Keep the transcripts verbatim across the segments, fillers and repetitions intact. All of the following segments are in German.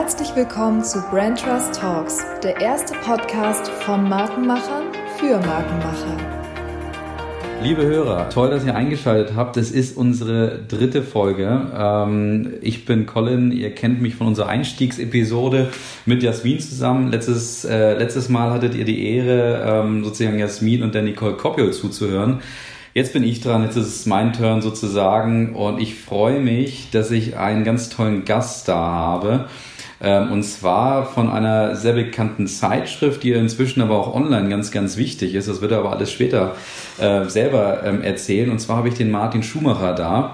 Herzlich willkommen zu Brand Trust Talks, der erste Podcast von Markenmachern für Markenmacher. Liebe Hörer, toll, dass ihr eingeschaltet habt. Das ist unsere dritte Folge. Ich bin Colin, ihr kennt mich von unserer Einstiegsepisode mit Jasmin zusammen. Letztes, äh, letztes Mal hattet ihr die Ehre, sozusagen Jasmin und der Nicole Koppel zuzuhören. Jetzt bin ich dran, jetzt ist es mein Turn sozusagen und ich freue mich, dass ich einen ganz tollen Gast da habe. Und zwar von einer sehr bekannten Zeitschrift, die inzwischen aber auch online ganz, ganz wichtig ist. Das wird er aber alles später äh, selber ähm, erzählen. Und zwar habe ich den Martin Schumacher da.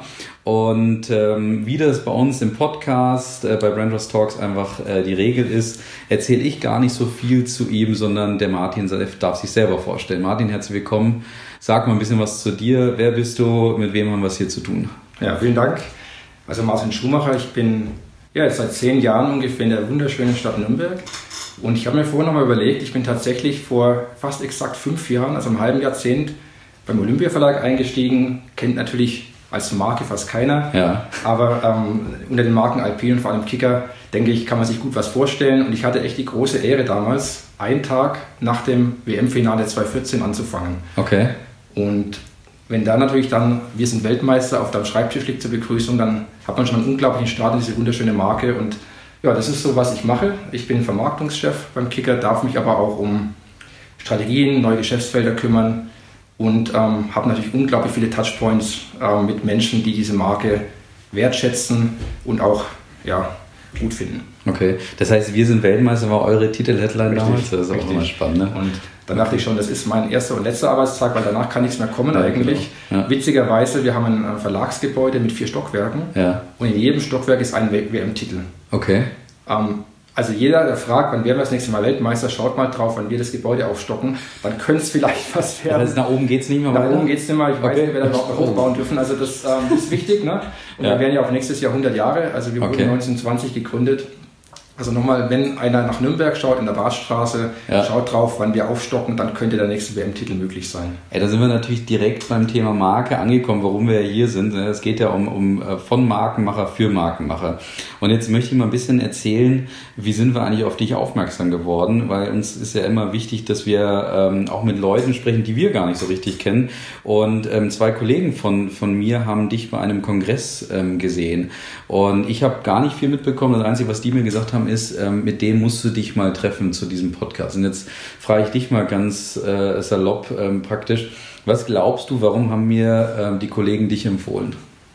Und ähm, wie das bei uns im Podcast, äh, bei Brand Trust Talks einfach äh, die Regel ist, erzähle ich gar nicht so viel zu ihm, sondern der Martin darf sich selber vorstellen. Martin, herzlich willkommen. Sag mal ein bisschen was zu dir. Wer bist du? Mit wem haben wir es hier zu tun? Ja, vielen Dank. Also Martin Schumacher, ich bin ja, jetzt seit zehn Jahren ungefähr in der wunderschönen Stadt Nürnberg. Und ich habe mir vorhin nochmal überlegt, ich bin tatsächlich vor fast exakt fünf Jahren, also einem halben Jahrzehnt, beim Olympia Verlag eingestiegen. Kennt natürlich als Marke fast keiner. Ja. Aber ähm, unter den Marken Alpine und vor allem Kicker, denke ich, kann man sich gut was vorstellen. Und ich hatte echt die große Ehre damals, einen Tag nach dem W M-Finale zwanzig vierzehn anzufangen. Okay. Und wenn da natürlich dann, wir sind Weltmeister, auf deinem Schreibtisch liegt zur Begrüßung, dann hat man schon einen unglaublichen Start in diese wunderschöne Marke. Und ja, das ist so, was ich mache. Ich bin Vermarktungschef beim Kicker, darf mich aber auch um Strategien, neue Geschäftsfelder kümmern und ähm, habe natürlich unglaublich viele Touchpoints äh, mit Menschen, die diese Marke wertschätzen und auch ja, gut finden. Okay, das heißt, wir sind Weltmeister, war eure Titel-Headline damals? Das ist richtig. Auch immer spannend, ne? Und dann dachte ich schon, das ist mein erster und letzter Arbeitstag, weil danach kann nichts mehr kommen ja, eigentlich. Genau. Ja. Witzigerweise, wir haben ein Verlagsgebäude mit vier Stockwerken ja. und in jedem Stockwerk ist ein W M-Titel. Okay. Ähm, also jeder, der fragt, wann werden wir das nächste Mal Weltmeister, schaut mal drauf, wann wir das Gebäude aufstocken, dann könnte es vielleicht was werden. Das heißt, nach oben geht es nicht mehr Nach weiter? oben geht es nicht mehr, ich weiß okay. nicht, wer da überhaupt noch hochbauen dürfen, also das ähm, ist wichtig. Ne? Und ja. wir werden ja auch nächstes Jahr hundert Jahre, also wir wurden okay. neunzehnhundertzwanzig gegründet. Also nochmal, wenn einer nach Nürnberg schaut, in der Barstraße, ja. schaut drauf, wann wir aufstocken, dann könnte der nächste W M-Titel möglich sein. Ey, da sind wir natürlich direkt beim Thema Marke angekommen, warum wir ja hier sind. Es geht ja um, um von Markenmacher für Markenmacher. Und jetzt möchte ich mal ein bisschen erzählen, wie sind wir eigentlich auf dich aufmerksam geworden, weil uns ist ja immer wichtig, dass wir ähm, auch mit Leuten sprechen, die wir gar nicht so richtig kennen. Und ähm, zwei Kollegen von, von mir haben dich bei einem Kongress ähm, gesehen. Und ich habe gar nicht viel mitbekommen. Das Einzige, was die mir gesagt haben, ist, ähm, mit dem musst du dich mal treffen zu diesem Podcast. Und jetzt frage ich dich mal ganz äh, salopp ähm, praktisch, was glaubst du, warum haben mir ähm, die Kollegen dich empfohlen?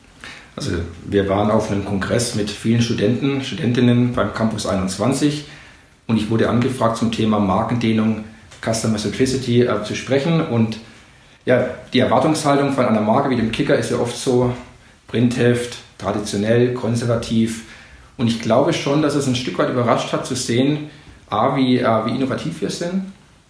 Also wir waren auf einem Kongress mit vielen Studenten, Studentinnen beim Campus einundzwanzig und ich wurde angefragt zum Thema Markendehnung, Customer Centricity äh, zu sprechen. Und ja, die Erwartungshaltung von einer Marke wie dem Kicker ist ja oft so Printheft, traditionell, konservativ. Und ich glaube schon, dass es ein Stück weit überrascht hat zu sehen, A, wie, äh, wie innovativ wir sind,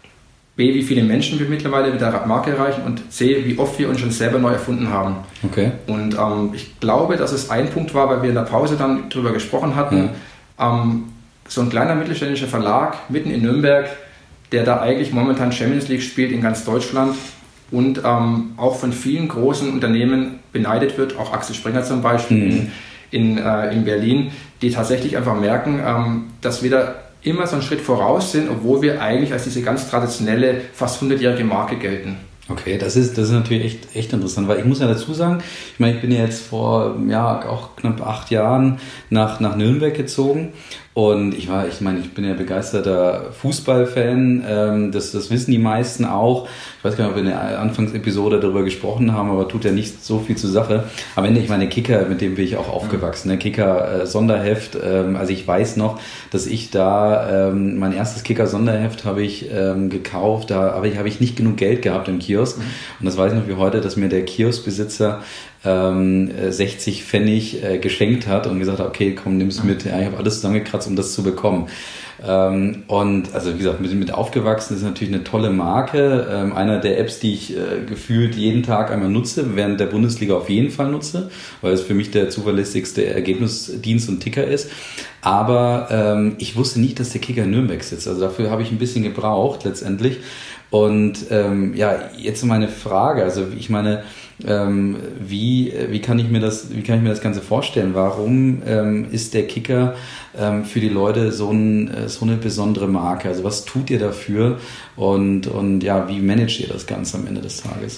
B, wie viele Menschen wir mittlerweile mit der Marke erreichen und C, wie oft wir uns schon selber neu erfunden haben. Okay. Und ähm, ich glaube, dass es ein Punkt war, weil wir in der Pause dann darüber gesprochen hatten, ja. ähm, so ein kleiner mittelständischer Verlag mitten in Nürnberg, der da eigentlich momentan Champions League spielt in ganz Deutschland und ähm, auch von vielen großen Unternehmen beneidet wird, auch Axel Springer zum Beispiel mhm. in, in, äh, in Berlin, die tatsächlich einfach merken, ähm, dass wir da immer so einen Schritt voraus sind, obwohl wir eigentlich als diese ganz traditionelle, fast hundertjährige Marke gelten. Okay, das ist, das ist natürlich echt, echt interessant, weil ich muss ja dazu sagen, ich meine, ich bin ja jetzt vor ja, auch knapp acht Jahren nach, nach Nürnberg gezogen und ich war, ich meine, ich bin ja begeisterter Fußballfan, ähm, das, das wissen die meisten auch. Ich weiß gar nicht, ob wir in der Anfangsepisode darüber gesprochen haben, aber tut ja nicht so viel zur Sache. Am Ende, ich meine, Kicker, mit dem bin ich auch aufgewachsen, ne? Kicker äh, Sonderheft, ähm, also ich weiß noch, dass ich da, ähm, mein erstes Kicker Sonderheft habe ich ähm, gekauft, da habe ich, habe ich nicht genug Geld gehabt im Kiosk. Und das weiß ich noch wie heute, dass mir der Kioskbesitzer ähm, sechzig Pfennig äh, geschenkt hat und gesagt hat, okay, komm, nimm's mit. Ja, ich habe alles zusammengekratzt, um das zu bekommen. Ähm, und also wie gesagt, mit, mit aufgewachsen ist natürlich eine tolle Marke. Ähm, einer der Apps, die ich äh, gefühlt jeden Tag einmal nutze, während der Bundesliga auf jeden Fall nutze, weil es für mich der zuverlässigste Ergebnisdienst und Ticker ist. Aber ähm, ich wusste nicht, dass der Kicker in Nürnberg sitzt. Also dafür habe ich ein bisschen gebraucht letztendlich. Und ähm, ja, jetzt meine Frage, also ich meine, ähm, wie, wie, kann ich mir das, wie kann ich mir das Ganze vorstellen? Warum ähm, ist der Kicker ähm, für die Leute so, ein, so eine besondere Marke? Also was tut ihr dafür und, und ja, wie managt ihr das Ganze am Ende des Tages?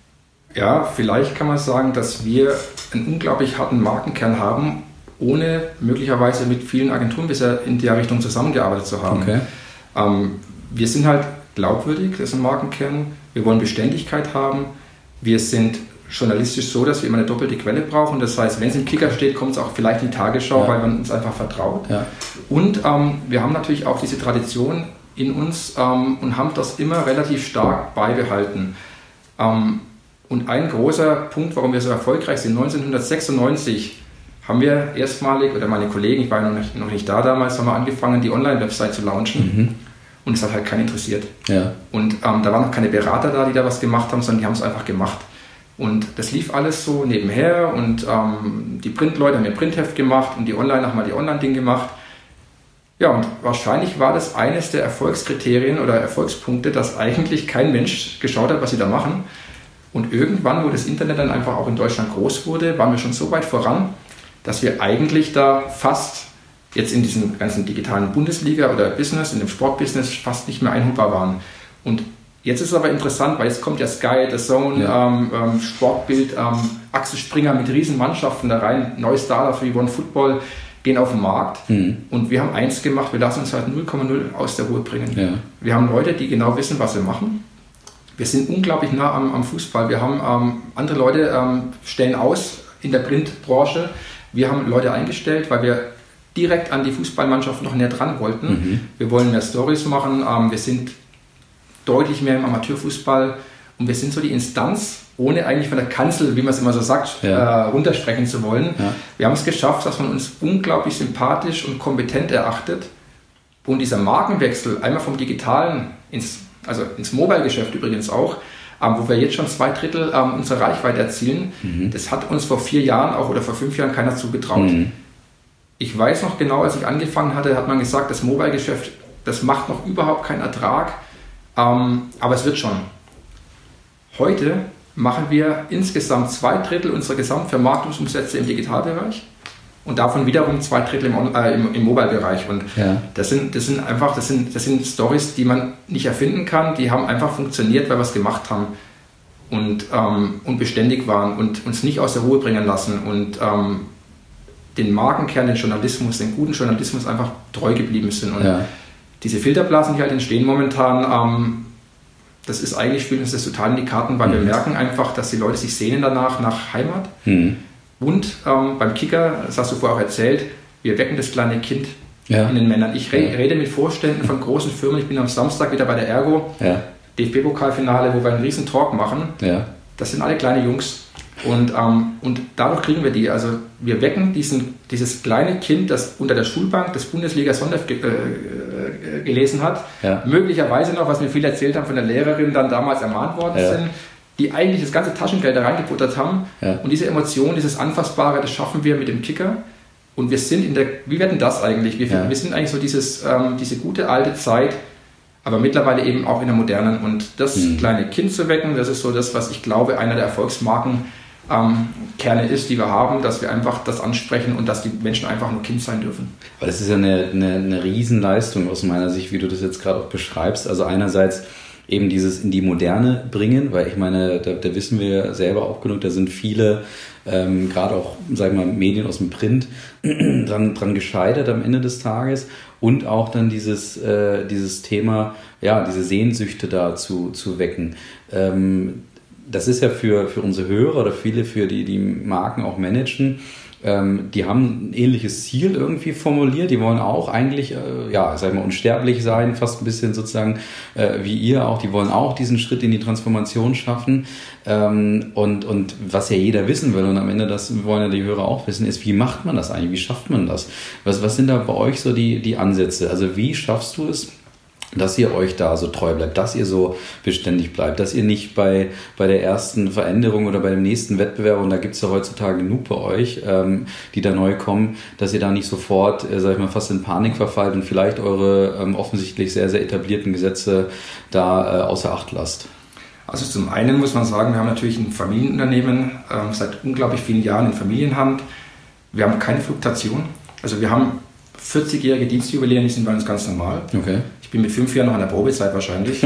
Ja, vielleicht kann man sagen, dass wir einen unglaublich harten Markenkern haben, ohne möglicherweise mit vielen Agenturen bisher in der Richtung zusammengearbeitet zu haben. Okay. Ähm, wir sind halt glaubwürdig, das ist ein Markenkern. Wir wollen Beständigkeit haben. Wir sind journalistisch so, dass wir immer eine doppelte Quelle brauchen. Das heißt, wenn es im Kicker steht, kommt es auch vielleicht in die Tagesschau, ja. weil man uns einfach vertraut. Ja. Und ähm, wir haben natürlich auch diese Tradition in uns ähm, und haben das immer relativ stark beibehalten. Ähm, und ein großer Punkt, warum wir so erfolgreich sind, neunzehnhundertsechsundneunzig haben wir erstmalig, oder meine Kollegen, ich war noch nicht, noch nicht da damals, haben wir angefangen, die Online-Website zu launchen. Mhm. Und es hat halt keinen interessiert. Ja. Und ähm, da waren noch keine Berater da, die da was gemacht haben, sondern die haben es einfach gemacht. Und das lief alles so nebenher und ähm, die Printleute haben ihr Printheft gemacht und die Online haben mal die Online-Ding gemacht. Ja, und wahrscheinlich war das eines der Erfolgskriterien oder Erfolgspunkte, dass eigentlich kein Mensch geschaut hat, was sie da machen. Und irgendwann, wo das Internet dann einfach auch in Deutschland groß wurde, waren wir schon so weit voran, dass wir eigentlich da fast jetzt in diesem ganzen digitalen Bundesliga oder Business, in dem Sportbusiness fast nicht mehr einholbar waren. Und jetzt ist es aber interessant, weil jetzt kommt ja Sky, The Zone, ja. ähm, ähm, Sportbild, ähm, Axel Springer mit riesen Mannschaften da rein, neue Startups wie One Football gehen auf den Markt. Mhm. Und wir haben eins gemacht, wir lassen uns halt null Komma null aus der Ruhe bringen. Ja. Wir haben Leute, die genau wissen, was sie machen. Wir sind unglaublich nah am, am Fußball. Wir haben ähm, andere Leute ähm, stellen aus in der Printbranche. Wir haben Leute eingestellt, weil wir direkt an die Fußballmannschaft noch näher dran wollten. Mhm. Wir wollen mehr Storys machen. Ähm, wir sind deutlich mehr im Amateurfußball und wir sind so die Instanz, ohne eigentlich von der Kanzel, wie man es immer so sagt, ja. äh, runtersprechen zu wollen. Ja. Wir haben es geschafft, dass man uns unglaublich sympathisch und kompetent erachtet. Und dieser Markenwechsel, einmal vom Digitalen ins, also ins Mobile-Geschäft übrigens auch, ähm, wo wir jetzt schon zwei Drittel ähm, unserer Reichweite erzielen, mhm. das hat uns vor vier Jahren auch oder vor fünf Jahren keiner zugetraut. Mhm. Ich weiß noch genau, als ich angefangen hatte, hat man gesagt, das Mobile-Geschäft, das macht noch überhaupt keinen Ertrag, ähm, aber es wird schon. Heute machen wir insgesamt zwei Drittel unserer Gesamtvermarktungsumsätze im Digitalbereich und davon wiederum zwei Drittel im, äh, im, im Mobile-Bereich. Und ja. das sind, das sind einfach, das sind, das sind Storys, die man nicht erfinden kann, die haben einfach funktioniert, weil wir es gemacht haben und, ähm, und beständig waren und uns nicht aus der Ruhe bringen lassen und ähm, den Markenkern, den Journalismus, den guten Journalismus einfach treu geblieben sind. Und ja. diese Filterblasen, die halt entstehen momentan, ähm, das ist eigentlich, spielt uns das total in die Karten, weil mhm. wir merken einfach, dass die Leute sich sehnen danach, nach Heimat. Mhm. Und ähm, beim Kicker, das hast du vorher auch erzählt, wir wecken das kleine Kind ja. in den Männern. Ich re- rede mit Vorständen von großen Firmen, ich bin am Samstag wieder bei der Ergo, ja. D F B-Pokalfinale, wo wir einen riesen Talk machen. Ja. Das sind alle kleine Jungs. Und, ähm, und dadurch kriegen wir die. Also wir wecken diesen, dieses kleine Kind, das unter der Schulbank des Bundesliga-Sonderheft ge- äh, gelesen hat, ja. möglicherweise noch, was mir viele erzählt haben von der Lehrerin, dann damals ermahnt worden ja. sind, die eigentlich das ganze Taschengeld da reingebuttert haben. Ja. Und diese Emotion, dieses Anfassbare, das schaffen wir mit dem Kicker. Und wir sind in der, wie wird denn das eigentlich? Wir, ja. wir sind eigentlich so dieses, ähm, diese gute alte Zeit, aber mittlerweile eben auch in der modernen. Und das mhm. kleine Kind zu wecken, das ist so das, was ich glaube, einer der Erfolgsmarken Ähm, Kerne ist, die wir haben, dass wir einfach das ansprechen und dass die Menschen einfach nur Kind sein dürfen. Aber das ist ja eine, eine, eine Riesenleistung aus meiner Sicht, wie du das jetzt gerade auch beschreibst. Also einerseits eben dieses in die Moderne bringen, weil ich meine, da, da wissen wir selber auch genug, da sind viele, ähm, gerade auch, sagen wir mal, Medien aus dem Print dran, dran gescheitert am Ende des Tages. Und auch dann dieses, äh, dieses Thema, ja, diese Sehnsüchte da zu, zu wecken. Ähm, Das ist ja für, für unsere Hörer oder viele, für die die Marken auch managen, ähm, die haben ein ähnliches Ziel irgendwie formuliert. Die wollen auch eigentlich, äh, ja, sag ich mal, unsterblich sein, fast ein bisschen sozusagen äh, wie ihr auch. Die wollen auch diesen Schritt in die Transformation schaffen. Ähm, und, und was ja jeder wissen will und am Ende, das wollen ja die Hörer auch wissen, ist, wie macht man das eigentlich? Wie schafft man das? Was, was sind da bei euch so die, die Ansätze? Also wie schaffst du es, dass ihr euch da so treu bleibt, dass ihr so beständig bleibt, dass ihr nicht bei, bei der ersten Veränderung oder bei dem nächsten Wettbewerb, und da gibt es ja heutzutage genug bei euch, ähm, die da neu kommen, dass ihr da nicht sofort, äh, sag ich mal, fast in Panik verfallt und vielleicht eure ähm, offensichtlich sehr, sehr etablierten Gesetze da äh, außer Acht lasst. Also zum einen muss man sagen, wir haben natürlich ein Familienunternehmen, ähm, seit unglaublich vielen Jahren in Familienhand. Wir haben keine Fluktuation. Also wir haben vierzigjährige Dienstjubiläen, die sind bei uns ganz normal. Okay. Ich bin mit fünf Jahren noch an der Probezeit wahrscheinlich.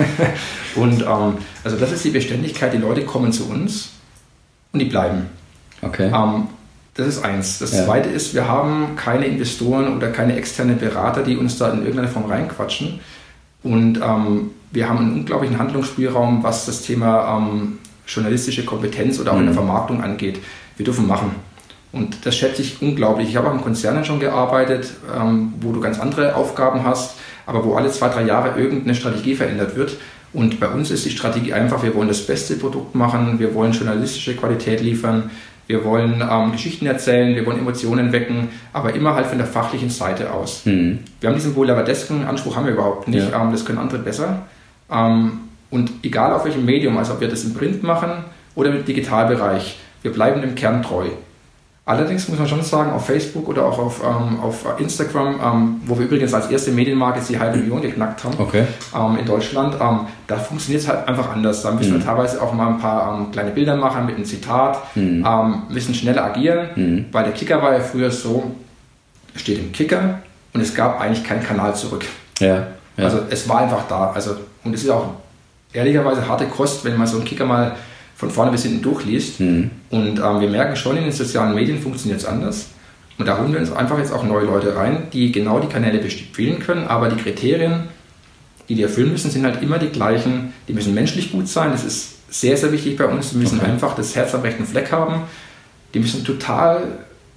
Und ähm, also das ist die Beständigkeit, die Leute kommen zu uns und die bleiben. Okay. Ähm, das ist eins. Das ja. zweite ist, wir haben keine Investoren oder keine externen Berater, die uns da in irgendeiner Form reinquatschen. Und ähm, wir haben einen unglaublichen Handlungsspielraum, was das Thema ähm, journalistische Kompetenz oder auch mhm. in der Vermarktung angeht. Wir dürfen machen. Und das schätze ich unglaublich. Ich habe auch in Konzernen schon gearbeitet, ähm, wo du ganz andere Aufgaben hast, aber wo alle zwei, drei Jahre irgendeine Strategie verändert wird. Und bei uns ist die Strategie einfach, wir wollen das beste Produkt machen, wir wollen journalistische Qualität liefern, wir wollen ähm, Geschichten erzählen, wir wollen Emotionen wecken, aber immer halt von der fachlichen Seite aus. Mhm. Wir haben diesen boulevardesken Anspruch haben wir überhaupt nicht, ja. ähm, das können andere besser. Ähm, und egal auf welchem Medium, also ob wir das im Print machen oder im Digitalbereich, wir bleiben dem Kern treu. Allerdings muss man schon sagen, auf Facebook oder auch auf, ähm, auf Instagram, ähm, wo wir übrigens als erste Medienmarke die halbe Million geknackt haben, okay. ähm, in Deutschland, ähm, da funktioniert es halt einfach anders. Da müssen mhm. wir teilweise auch mal ein paar ähm, kleine Bilder machen mit einem Zitat, mhm. ähm, müssen schneller agieren, mhm. weil der Kicker war ja früher so, steht im Kicker und es gab eigentlich keinen Kanal zurück. Ja, ja. Also es war einfach da. Also, und es ist auch ehrlicherweise harte Kost, wenn man so einen Kicker mal von vorne bis hinten durchliest. Mhm. Und ähm, wir merken schon, in den sozialen Medien funktioniert es anders. Und da holen wir uns einfach jetzt auch neue Leute rein, die genau die Kanäle bespielen können, aber die Kriterien, die die erfüllen müssen, sind halt immer die gleichen. Die müssen menschlich gut sein, das ist sehr, sehr wichtig bei uns. Die müssen okay. einfach das Herz am rechten Fleck haben. Die müssen total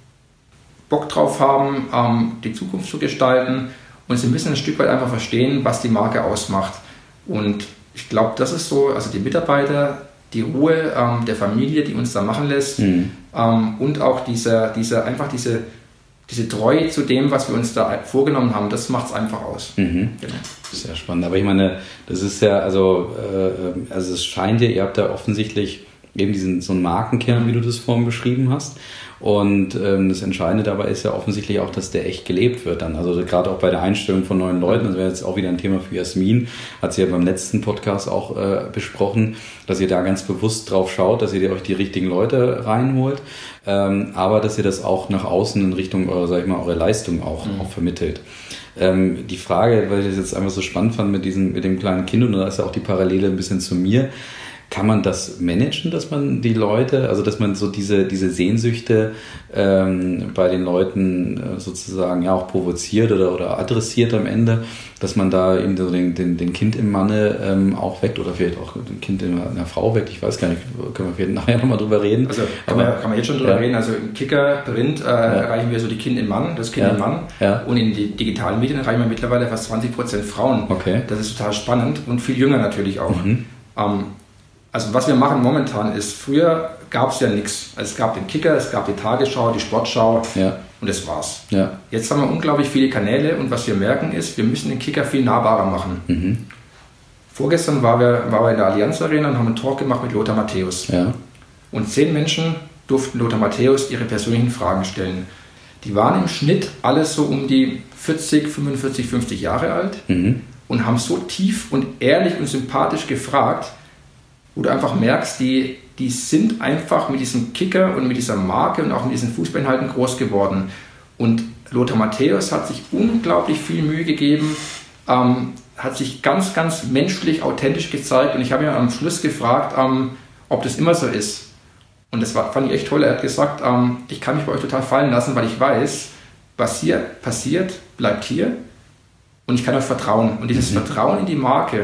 Bock drauf haben, ähm, die Zukunft zu gestalten. Und sie müssen ein Stück weit einfach verstehen, was die Marke ausmacht. Und ich glaube, das ist so, also die Mitarbeiter, die Ruhe ähm, der Familie, die uns da machen lässt, mhm. ähm, und auch diese, diese, einfach diese, diese Treue zu dem, was wir uns da vorgenommen haben, das macht es einfach aus. Mhm. Genau. Sehr spannend. Aber ich meine, das ist ja, also, äh, also es scheint ja, ihr habt da offensichtlich eben diesen so einen Markenkern, wie du das vorhin beschrieben hast. Und ähm, das Entscheidende dabei ist ja offensichtlich auch, dass der echt gelebt wird dann. Also gerade auch bei der Einstellung von neuen Leuten, das wäre jetzt auch wieder ein Thema für Jasmin, hat sie ja beim letzten Podcast auch äh, besprochen, dass ihr da ganz bewusst drauf schaut, dass ihr euch die richtigen Leute reinholt, ähm, aber dass ihr das auch nach außen in Richtung eurer, sag ich mal, eure Leistung auch, mhm. auch vermittelt. Ähm, die Frage, weil ich das jetzt einfach so spannend fand mit diesem, mit dem kleinen Kind, und da ist ja auch die Parallele ein bisschen zu mir. Kann man das managen, dass man die Leute, also dass man so diese, diese Sehnsüchte ähm, bei den Leuten äh, sozusagen ja auch provoziert oder, oder adressiert am Ende, dass man da eben so den, den, den Kind im Manne ähm, auch weckt oder vielleicht auch den Kind in einer Frau weckt, ich weiß gar nicht, können wir vielleicht nachher nochmal drüber reden. Also kann, Aber, man, kann man jetzt schon drüber ja. reden, also im Kicker, Print äh, ja. erreichen wir so die Kind im Mann, das Kind ja. im Mann ja. und in die digitalen Medien erreichen wir mittlerweile fast zwanzig Prozent Frauen. Okay. Das ist total spannend und viel jünger natürlich auch. Mhm. Ähm, Also was wir machen momentan ist, früher gab es ja nichts. Also es gab den Kicker, es gab die Tagesschau, die Sportschau ja. und das war's. Ja. Jetzt haben wir unglaublich viele Kanäle und was wir merken ist, wir müssen den Kicker viel nahbarer machen. Mhm. Vorgestern waren wir, waren wir in der Allianz Arena und haben einen Talk gemacht mit Lothar Matthäus. Ja. Und zehn Menschen durften Lothar Matthäus ihre persönlichen Fragen stellen. Die waren im Schnitt alles so um die vierzig, fünfundvierzig, fünfzig Jahre alt mhm. und haben so tief und ehrlich und sympathisch gefragt, wo du einfach merkst, die, die sind einfach mit diesem Kicker und mit dieser Marke und auch mit diesen Fußballinhalten groß geworden. Und Lothar Matthäus hat sich unglaublich viel Mühe gegeben, ähm, hat sich ganz, ganz menschlich, authentisch gezeigt. Und ich habe ihn am Schluss gefragt, ähm, ob das immer so ist. Und das war, fand ich echt toll. Er hat gesagt, ähm, ich kann mich bei euch total fallen lassen, weil ich weiß, was hier passiert, bleibt hier. Und ich kann euch vertrauen. Und dieses mhm. Vertrauen in die Marke,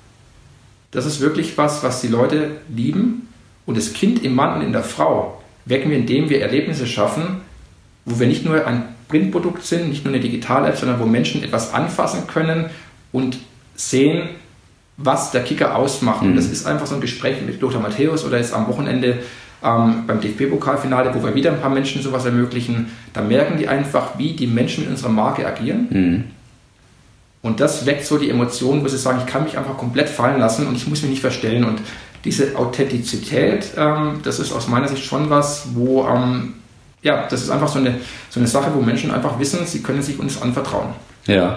das ist wirklich was, was die Leute lieben. Und das Kind im Mann und in der Frau wecken wir, indem wir Erlebnisse schaffen, wo wir nicht nur ein Printprodukt sind, nicht nur eine Digital-App, sondern wo Menschen etwas anfassen können und sehen, was der Kicker ausmacht. Mhm. Und das ist einfach so ein Gespräch mit Lothar Matthäus oder jetzt am Wochenende ähm, beim D F B-Pokalfinale, wo wir wieder ein paar Menschen sowas ermöglichen. Da merken die einfach, wie die Menschen mit unserer Marke agieren. Mhm. Und das weckt so die Emotionen, wo sie sagen, ich kann mich einfach komplett fallen lassen und ich muss mich nicht verstellen. Und diese Authentizität, ähm, das ist aus meiner Sicht schon was, wo, ähm, ja, das ist einfach so eine, so eine Sache, wo Menschen einfach wissen, sie können sich uns anvertrauen. Ja,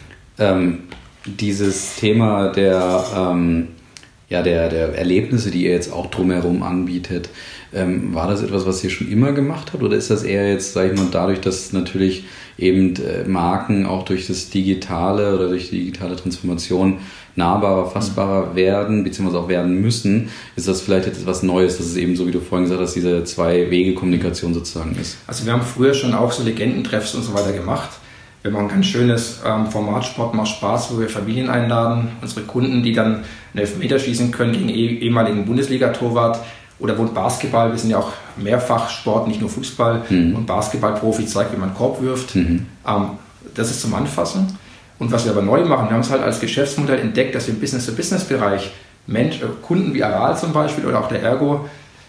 ähm, dieses Thema der, ähm, ja, der, der Erlebnisse, die ihr jetzt auch drumherum anbietet, ähm, war das etwas, was ihr schon immer gemacht habt oder ist das eher jetzt, sag ich mal, dadurch, dass natürlich eben äh, Marken auch durch das Digitale oder durch die digitale Transformation nahbarer, fassbarer mhm. werden, beziehungsweise auch werden müssen, ist das vielleicht jetzt etwas Neues, dass es eben so, wie du vorhin gesagt hast, diese Zwei-Wege-Kommunikation sozusagen ist? Also wir haben früher schon auch so Legendentreffs und so weiter gemacht. Wir machen ein ganz schönes ähm, Format Sport macht Spaß, wo wir Familien einladen, unsere Kunden, die dann einen Elfmeter schießen können gegen eh, ehemaligen Bundesliga-Torwart oder wo Basketball, wir sind ja auch mehrfach Sport, nicht nur Fußball, mhm. und Basketballprofi zeigt, wie man einen Korb wirft. Mhm. Ähm, das ist zum Anfassen. Und was wir aber neu machen, wir haben es halt als Geschäftsmodell entdeckt, dass wir im Business-to-Business-Bereich Mensch, äh, Kunden wie Aral zum Beispiel oder auch der Ergo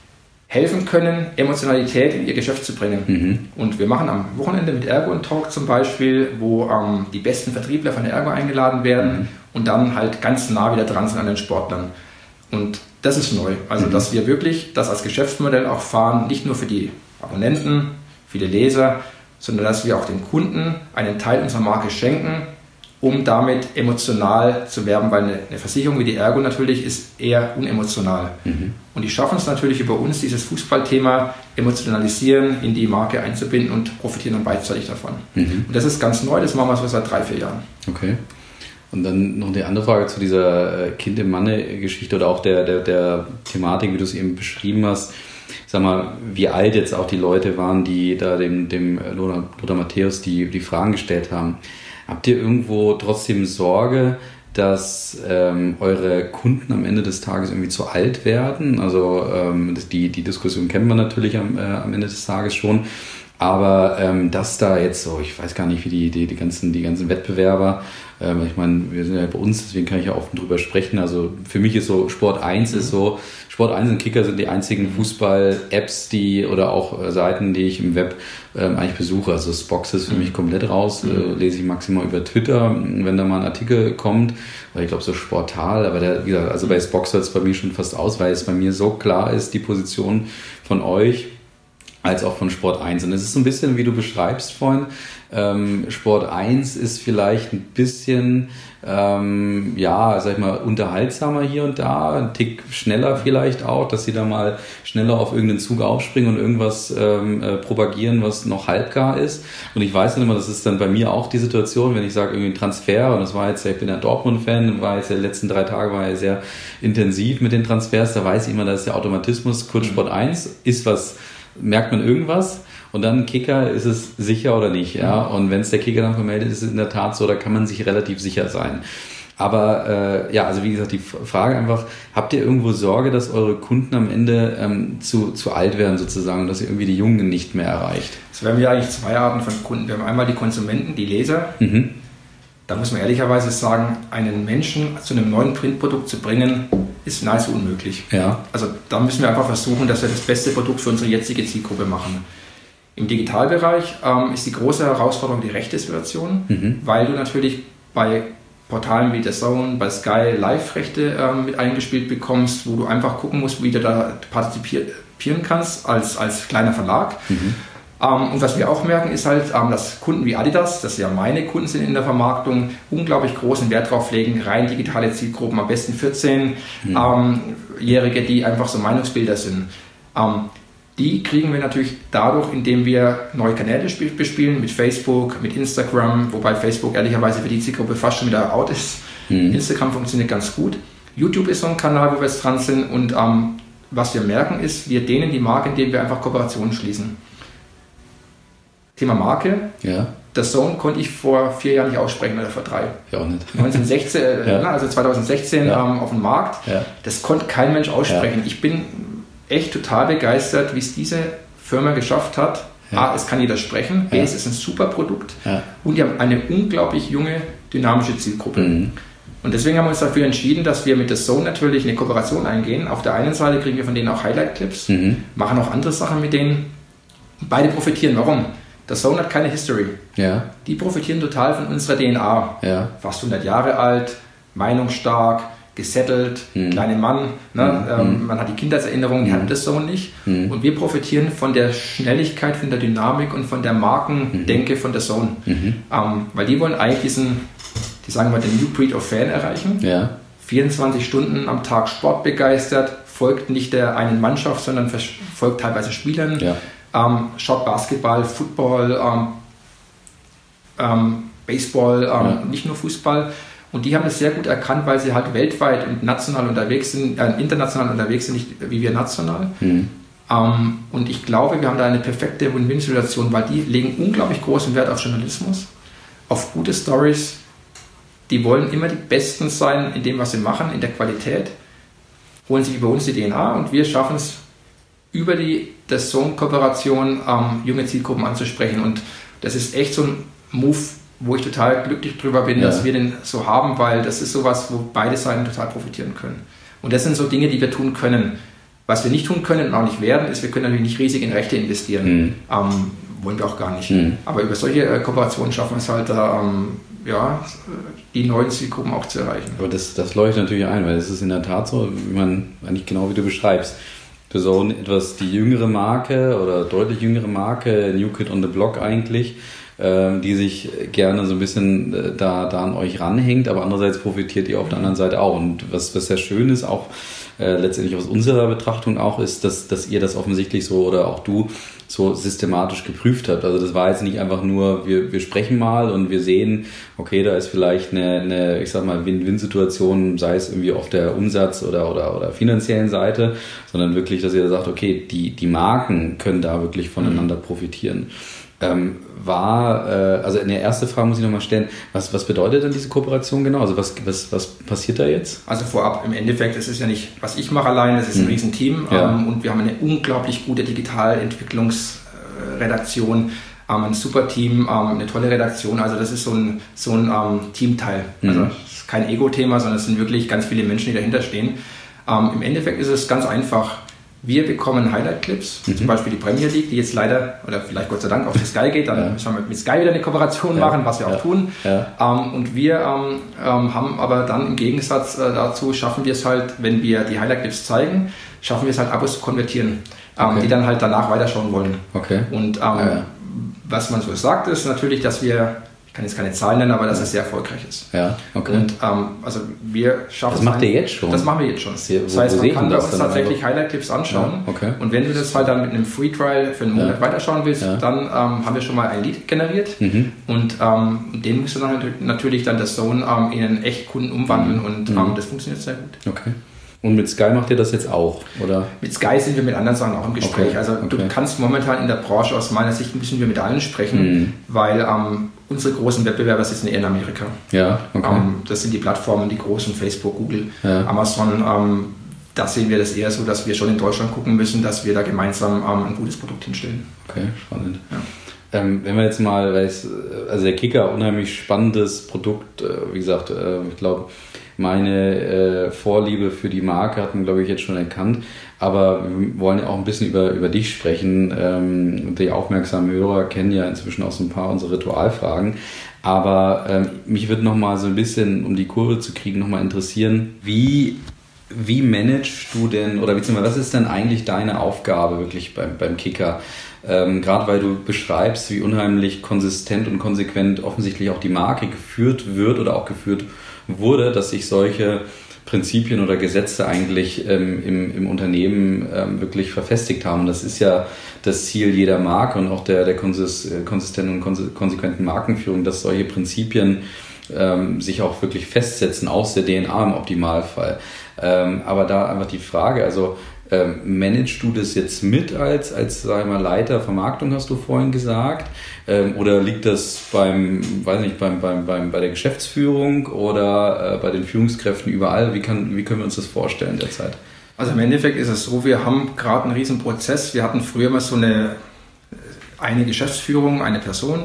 helfen können, Emotionalität in ihr Geschäft zu bringen. Mhm. Und wir machen am Wochenende mit Ergo einen Talk zum Beispiel, wo ähm, die besten Vertriebler von der Ergo eingeladen werden mhm. und dann halt ganz nah wieder dran sind an den Sportlern. Und das ist neu. Also, mhm. dass wir wirklich das als Geschäftsmodell auch fahren, nicht nur für die Abonnenten, für die Leser, sondern dass wir auch den Kunden einen Teil unserer Marke schenken, um damit emotional zu werben, weil eine, eine Versicherung wie die Ergo natürlich ist eher unemotional. Mhm. Und die schaffen es natürlich über uns, dieses Fußballthema emotionalisieren, in die Marke einzubinden und profitieren dann beidseitig davon. Mhm. Und das ist ganz neu, das machen wir so seit drei, vier Jahren. Okay. Und dann noch eine andere Frage zu dieser Kind-im-Manne-Geschichte oder auch der, der, der Thematik, wie du es eben beschrieben hast. Sag mal, wie alt jetzt auch die Leute waren, die da dem, dem Lothar, Lothar Matthäus die, die Fragen gestellt haben. Habt ihr irgendwo trotzdem Sorge, dass ähm, eure Kunden am Ende des Tages irgendwie zu alt werden? Also ähm, die, die Diskussion kennen wir natürlich am, äh, am Ende des Tages schon. Aber ähm, dass da jetzt so, ich weiß gar nicht, wie die, die, die, ganzen, die ganzen Wettbewerber, ähm, ich meine, wir sind ja bei uns, deswegen kann ich ja offen drüber sprechen. Also für mich ist so, Sport eins mhm. ist so, Sport eins und Kicker sind die einzigen Fußball-Apps, die oder auch äh, Seiten, die ich im Web ähm, eigentlich besuche. Also Spox ist für mich komplett raus, mhm. äh, lese ich maximal über Twitter, wenn da mal ein Artikel kommt, weil ich glaube so Sportal, aber der, wie gesagt, also bei Spox hört es bei mir schon fast aus, weil es bei mir so klar ist, die Position von euch, als auch von Sport eins. Und es ist so ein bisschen, wie du beschreibst vorhin, ähm, Sport eins ist vielleicht ein bisschen, ähm, ja, sag ich mal, unterhaltsamer hier und da, ein Tick schneller vielleicht auch, dass sie da mal schneller auf irgendeinen Zug aufspringen und irgendwas ähm, äh, propagieren, was noch halbgar ist. Und ich weiß dann immer, das ist dann bei mir auch die Situation, wenn ich sage, irgendwie ein Transfer, und das war jetzt, ich bin ja Dortmund-Fan, war jetzt die letzten drei Tage war ja sehr intensiv mit den Transfers, da weiß ich immer, dass der Automatismus, kurz Sport eins, ist was, merkt man irgendwas und dann Kicker, ist es sicher oder nicht, ja, und wenn es der Kicker dann vermeldet, ist es in der Tat so, da kann man sich relativ sicher sein. Aber äh, ja, also wie gesagt, die Frage einfach, habt ihr irgendwo Sorge, dass eure Kunden am Ende ähm, zu, zu alt werden sozusagen und dass ihr irgendwie die Jungen nicht mehr erreicht? Also wir haben ja eigentlich zwei Arten von Kunden. Wir haben einmal die Konsumenten, die Leser. Mhm. Da muss man ehrlicherweise sagen, einen Menschen zu einem neuen Printprodukt zu bringen, ist nahezu unmöglich. Ja. Also da müssen wir einfach versuchen, dass wir das beste Produkt für unsere jetzige Zielgruppe machen. Im Digitalbereich ähm, ist die große Herausforderung die Rechtesituation, mhm. weil du natürlich bei Portalen wie The Zone, bei Sky Live-Rechte ähm, mit eingespielt bekommst, wo du einfach gucken musst, wie du da partizipieren kannst als, als kleiner Verlag. Mhm. Um, und was wir auch merken, ist halt, um, dass Kunden wie Adidas, das ja meine Kunden sind in der Vermarktung, unglaublich großen Wert drauf legen, rein digitale Zielgruppen, am besten vierzehn-Jährige, mhm. um, die einfach so Meinungsbilder sind. Um, die kriegen wir natürlich dadurch, indem wir neue Kanäle bespielen, mit Facebook, mit Instagram, wobei Facebook ehrlicherweise für die Zielgruppe fast schon wieder out ist. Mhm. Instagram funktioniert ganz gut. YouTube ist so ein Kanal, wo wir jetzt dran sind, und um, was wir merken ist, wir dehnen die Marke, indem wir einfach Kooperationen schließen. Thema Marke. Ja. Das Zone konnte ich vor vier Jahren nicht aussprechen oder vor drei. Ja, auch nicht. neunzehnhundertsechzehn, ja. Also zweitausendsechzehn ja. ähm, auf dem Markt. Ja. Das konnte kein Mensch aussprechen. Ja. Ich bin echt total begeistert, wie es diese Firma geschafft hat. Ja. A, es kann jeder sprechen. B, ja. es ist ein super Produkt. Ja. Und die haben eine unglaublich junge, dynamische Zielgruppe. Mhm. Und deswegen haben wir uns dafür entschieden, dass wir mit der Zone natürlich eine Kooperation eingehen. Auf der einen Seite kriegen wir von denen auch Highlight-Clips, mhm. machen auch andere Sachen mit denen. Beide profitieren. Warum? Der Zone hat keine History. Ja. Die profitieren total von unserer D N A. Ja. Fast hundert Jahre alt, meinungsstark, gesettelt, hm. kleiner Mann. Ne? Hm. Ähm, man hat die Kindheitserinnerungen, die hm. haben das Zone nicht. Hm. Und wir profitieren von der Schnelligkeit, von der Dynamik und von der Markendenke hm. von der Zone. Mhm. Ähm, weil die wollen eigentlich diesen, die sagen wir, den New Breed of Fan erreichen. Ja. vierundzwanzig Stunden am Tag sportbegeistert, folgt nicht der einen Mannschaft, sondern folgt teilweise Spielern. Ja. Ähm, schaut Basketball, Football, ähm, ähm, Baseball, ähm, ja. nicht nur Fußball. Und die haben das sehr gut erkannt, weil sie halt weltweit und national unterwegs sind, äh, international unterwegs sind, nicht wie wir national. Mhm. Ähm, und ich glaube, wir haben da eine perfekte Win-Win-Situation, weil die legen unglaublich großen Wert auf Journalismus, auf gute Stories. Die wollen immer die Besten sein in dem, was sie machen, in der Qualität. Holen sich über uns die D N A und wir schaffen es, über die D A Z N-Kooperation ähm, junge Zielgruppen anzusprechen. Und das ist echt so ein Move, wo ich total glücklich drüber bin, ja. dass wir den so haben, weil das ist sowas, wo beide Seiten total profitieren können. Und das sind so Dinge, die wir tun können. Was wir nicht tun können und auch nicht werden, ist, wir können natürlich nicht riesig in Rechte investieren. Mhm. Ähm, wollen wir auch gar nicht. Mhm. Aber über solche äh, Kooperationen schaffen wir es halt, ähm, ja, die neuen Zielgruppen auch zu erreichen. Aber das, das leuchtet natürlich ein, weil es ist in der Tat so, wie man eigentlich genau wie du beschreibst. Für so eine etwas die jüngere Marke oder deutlich jüngere Marke, New Kid on the Block eigentlich, ähm, die sich gerne so ein bisschen äh, da, da an euch ranhängt, aber andererseits profitiert ihr auf der anderen Seite auch. Und was, was sehr schön ist, auch äh, letztendlich aus unserer Betrachtung auch, ist, dass, dass ihr das offensichtlich so oder auch du so systematisch geprüft habt. Also das war jetzt nicht einfach nur, wir, wir sprechen mal und wir sehen, okay, da ist vielleicht eine, eine ich sag mal, Win-Win-Situation, sei es irgendwie auf der Umsatz- oder, oder, oder finanziellen Seite, sondern wirklich, dass ihr sagt, okay, die, die Marken können da wirklich voneinander profitieren. Ähm, war, äh, also eine erste Frage muss ich nochmal stellen, was, was bedeutet denn diese Kooperation genau? Also was, was, was passiert da jetzt? Also vorab, im Endeffekt, es ist ja nicht, was ich mache allein, es ist ein mhm. Riesenteam ja. ähm, und wir haben eine unglaublich gute Digitalentwicklungsredaktion, ähm, ein super Team, ähm, eine tolle Redaktion, also das ist so ein, so ein ähm, Teamteil. Mhm. Also es ist kein Ego-Thema, sondern es sind wirklich ganz viele Menschen, die dahinter stehen. Ähm, Im Endeffekt ist es ganz einfach. Wir bekommen Highlight-Clips, mhm. zum Beispiel die Premier League, die jetzt leider, oder vielleicht Gott sei Dank, auf die Sky geht, dann ja. müssen wir mit Sky wieder eine Kooperation ja. machen, was wir ja. auch tun. Ja. Ähm, und wir ähm, haben aber dann im Gegensatz äh, dazu, schaffen wir es halt, wenn wir die Highlight-Clips zeigen, schaffen wir es halt, Abos zu konvertieren, ähm, okay. die dann halt danach weiterschauen wollen. Okay. Und ähm, ah, ja. was man so sagt, ist natürlich, dass wir, ich kann jetzt keine Zahlen nennen, aber dass es sehr erfolgreich ist. Ja, okay. Und ähm, also wir schaffen das macht ihr jetzt schon? Das machen wir jetzt schon. Das, hier, das heißt, man kann bei uns tatsächlich Highlight-Clips anschauen. Ja, okay. Und wenn du das halt dann mit einem Free-Trial für einen Monat ja. weiterschauen willst, ja. dann ähm, haben wir schon mal ein Lead generiert. Mhm. Und ähm, den musst du dann natürlich dann das Zone ähm, in einen Echtkunden umwandeln. Mhm. Und ähm, das funktioniert sehr gut. Okay. Und mit Sky macht ihr das jetzt auch, oder? Mit Sky sind wir mit anderen Sachen auch im Gespräch. Okay. Also okay. du kannst momentan in der Branche, aus meiner Sicht müssen wir mit allen sprechen, mhm. weil ähm, unsere großen Wettbewerber sitzen eher in Amerika. Ja, okay. Ähm, das sind die Plattformen, die großen, Facebook, Google, ja. Amazon. Ähm, da sehen wir das eher so, dass wir schon in Deutschland gucken müssen, dass wir da gemeinsam ähm, ein gutes Produkt hinstellen. Okay, spannend. Ja. Ähm, wenn wir jetzt mal, weil es, also der Kicker, unheimlich spannendes Produkt, äh, wie gesagt, äh, ich glaube, meine äh, Vorliebe für die Marke hat man, glaube ich, jetzt schon erkannt. Aber wir wollen ja auch ein bisschen über, über dich sprechen. Ähm, die aufmerksamen Hörer kennen ja inzwischen auch so ein paar unserer Ritualfragen. Aber ähm, mich würde noch mal so ein bisschen, um die Kurve zu kriegen, noch mal interessieren, wie, wie managst du denn, oder beziehungsweise was ist denn eigentlich deine Aufgabe wirklich beim, beim Kicker? Ähm, gerade weil du beschreibst, wie unheimlich konsistent und konsequent offensichtlich auch die Marke geführt wird oder auch geführt wurde, dass sich solche Prinzipien oder Gesetze eigentlich ähm, im, im Unternehmen ähm, wirklich verfestigt haben. Und das ist ja das Ziel jeder Marke und auch der, der konsis- konsistenten und konsequenten Markenführung, dass solche Prinzipien ähm, sich auch wirklich festsetzen, aus der D N A im Optimalfall. Ähm, aber da einfach die Frage, also Ähm, managst du das jetzt mit als, als sag ich mal, Leiter Vermarktung, hast du vorhin gesagt? Ähm, oder liegt das beim, weiß nicht, beim, beim, beim, bei der Geschäftsführung oder äh, bei den Führungskräften überall? Wie, kann, wie können wir uns das vorstellen derzeit? Also im Endeffekt ist es so, wir haben gerade einen riesen Prozess. Wir hatten früher mal so eine, eine Geschäftsführung, eine Person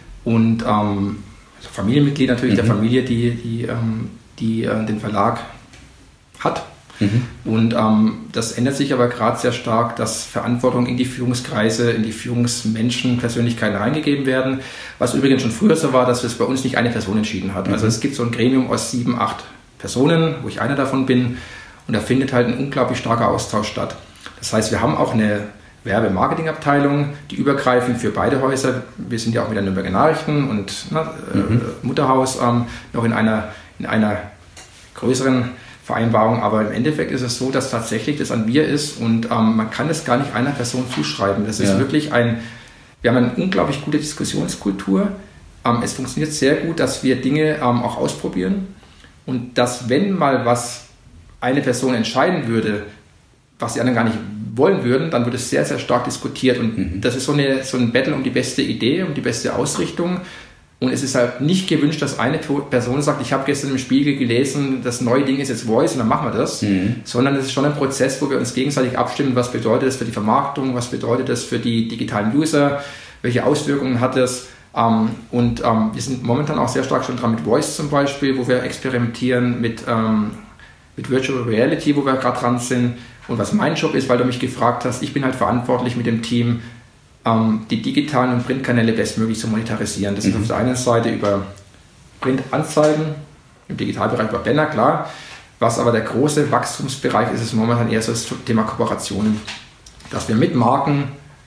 und ähm, also Familienmitglied natürlich mhm. der Familie, die, die, ähm, die äh, den Verlag hat. Mhm. Und ähm, das ändert sich aber gerade sehr stark, dass Verantwortung in die Führungskreise, in die Führungsmenschen, Persönlichkeiten reingegeben werden. Was übrigens schon früher so war, dass es bei uns nicht eine Person entschieden hat. Mhm. Also es gibt so ein Gremium aus sieben, acht Personen, wo ich einer davon bin. Und da findet halt ein unglaublich starker Austausch statt. Das heißt, wir haben auch eine Werbe-Marketing-Abteilung, die übergreifend für beide Häuser, wir sind ja auch mit der Nürnberger Nachrichten und na, mhm. äh, Mutterhaus ähm, noch in einer, in einer größeren Vereinbarung, aber im Endeffekt ist es so, dass tatsächlich das an wir ist und ähm, man kann es gar nicht einer Person zuschreiben. Das ist ja. wirklich ein, wir haben eine unglaublich gute Diskussionskultur. Ähm, es funktioniert sehr gut, dass wir Dinge ähm, auch ausprobieren und dass, wenn mal was eine Person entscheiden würde, was die anderen gar nicht wollen würden, dann wird es sehr, sehr stark diskutiert. Und mhm. das ist so, eine, so ein Battle um die beste Idee, um die beste Ausrichtung. Und es ist halt nicht gewünscht, dass eine Person sagt, ich habe gestern im Spiegel gelesen, das neue Ding ist jetzt Voice und dann machen wir das. Mhm. Sondern es ist schon ein Prozess, wo wir uns gegenseitig abstimmen, was bedeutet das für die Vermarktung, was bedeutet das für die digitalen User, welche Auswirkungen hat das. Ähm, und ähm, wir sind momentan auch sehr stark schon dran mit Voice zum Beispiel, wo wir experimentieren mit, ähm, mit Virtual Reality, wo wir gerade dran sind. Und was mein Job ist, weil du mich gefragt hast, ich bin halt verantwortlich mit dem Team, ähm, die digitalen und Printkanäle bestmöglich zu monetarisieren. Das mhm. ist auf der einen Seite über Printanzeigen, im Digitalbereich über Banner, klar. Was aber der große Wachstumsbereich ist, ist momentan eher so das Thema Kooperationen. Dass wir mit Marken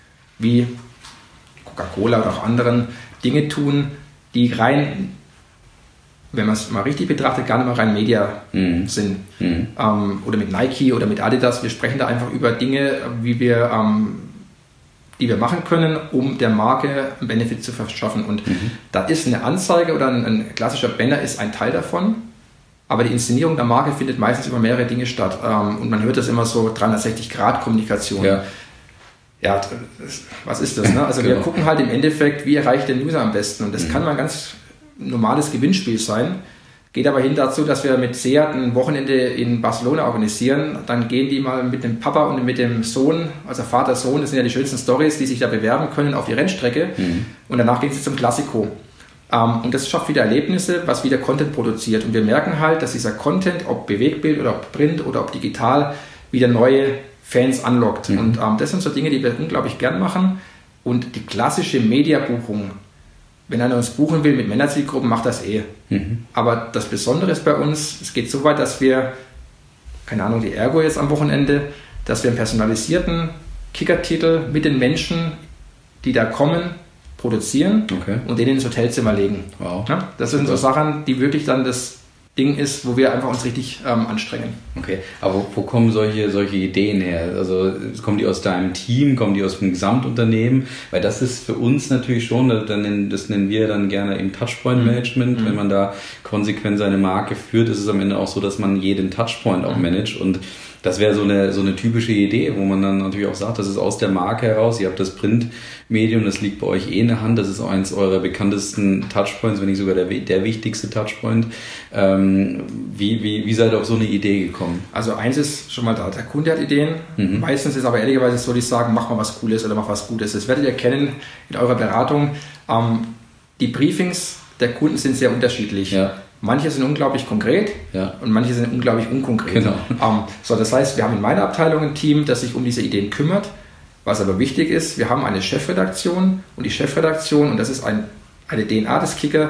wie Coca-Cola oder auch anderen Dinge tun, die rein, wenn man es mal richtig betrachtet, gar nicht mal rein Media mhm. sind. Mhm. Ähm, oder mit Nike oder mit Adidas. Wir sprechen da einfach über Dinge, wie wir, ähm, die wir machen können, um der Marke einen Benefit zu verschaffen. Und mhm. da ist eine Anzeige oder ein, ein klassischer Banner ist ein Teil davon. Aber die Inszenierung der Marke findet meistens über mehrere Dinge statt. Ähm, und man hört das immer so dreihundertsechzig Grad Kommunikation. Ja. Ja, was ist das? Ne? Also genau. Wir gucken halt im Endeffekt, wie erreicht der User am besten. Und das mhm. kann mal ein ganz normales Gewinnspiel sein. Geht aber hin dazu, dass wir mit Seat ein Wochenende in Barcelona organisieren. Dann gehen die mal mit dem Papa und mit dem Sohn, also Vater, Sohn, das sind ja die schönsten Storys, die sich da bewerben können auf die Rennstrecke. Mhm. Und danach gehen sie zum Klassiko. Um, und das schafft wieder Erlebnisse, was wieder Content produziert. Und wir merken halt, dass dieser Content, ob Bewegtbild oder ob Print oder ob digital, wieder neue Fans anlockt. Mhm. Und um, das sind so Dinge, die wir unglaublich gern machen. Und die klassische Mediabuchung, wenn einer uns buchen will mit Männerzielgruppen, macht das eh. Mhm. Aber das Besondere ist bei uns, es geht so weit, dass wir, keine Ahnung, die Ergo jetzt am Wochenende, dass wir einen personalisierten Kickertitel mit den Menschen, die da kommen, produzieren okay. und denen ins Hotelzimmer legen. Wow. Ja, das sind so Sachen, die wirklich dann das Ding ist, wo wir einfach uns richtig ähm, anstrengen. Okay, aber wo, wo kommen solche, solche Ideen her? Also kommen die aus deinem Team, kommen die aus dem Gesamtunternehmen? Weil das ist für uns natürlich schon, das nennen wir dann gerne im Touchpoint-Management. Mhm. Wenn man da konsequent seine Marke führt, ist es am Ende auch so, dass man jeden Touchpoint auch mhm. managt. Und das wäre so eine, so eine typische Idee, wo man dann natürlich auch sagt, das ist aus der Marke heraus. Ihr habt das Printmedium, das liegt bei euch eh in der Hand. Das ist auch eins eurer bekanntesten Touchpoints, wenn nicht sogar der, der wichtigste Touchpoint. Ähm, wie, wie, wie seid ihr auf so eine Idee gekommen? Also eins ist schon mal da, der Kunde hat Ideen. Mhm. Meistens ist aber ehrlicherweise so, die sagen, mach mal was Cooles oder mach was Gutes. Das werdet ihr kennen in eurer Beratung. Ähm, die Briefings der Kunden sind sehr unterschiedlich. Ja. Manche sind unglaublich konkret ja. und manche sind unglaublich unkonkret. Genau. Um, so, das heißt, wir haben in meiner Abteilung ein Team, das sich um diese Ideen kümmert. Was aber wichtig ist, wir haben eine Chefredaktion und die Chefredaktion, und das ist ein, eine D N A des Kicker,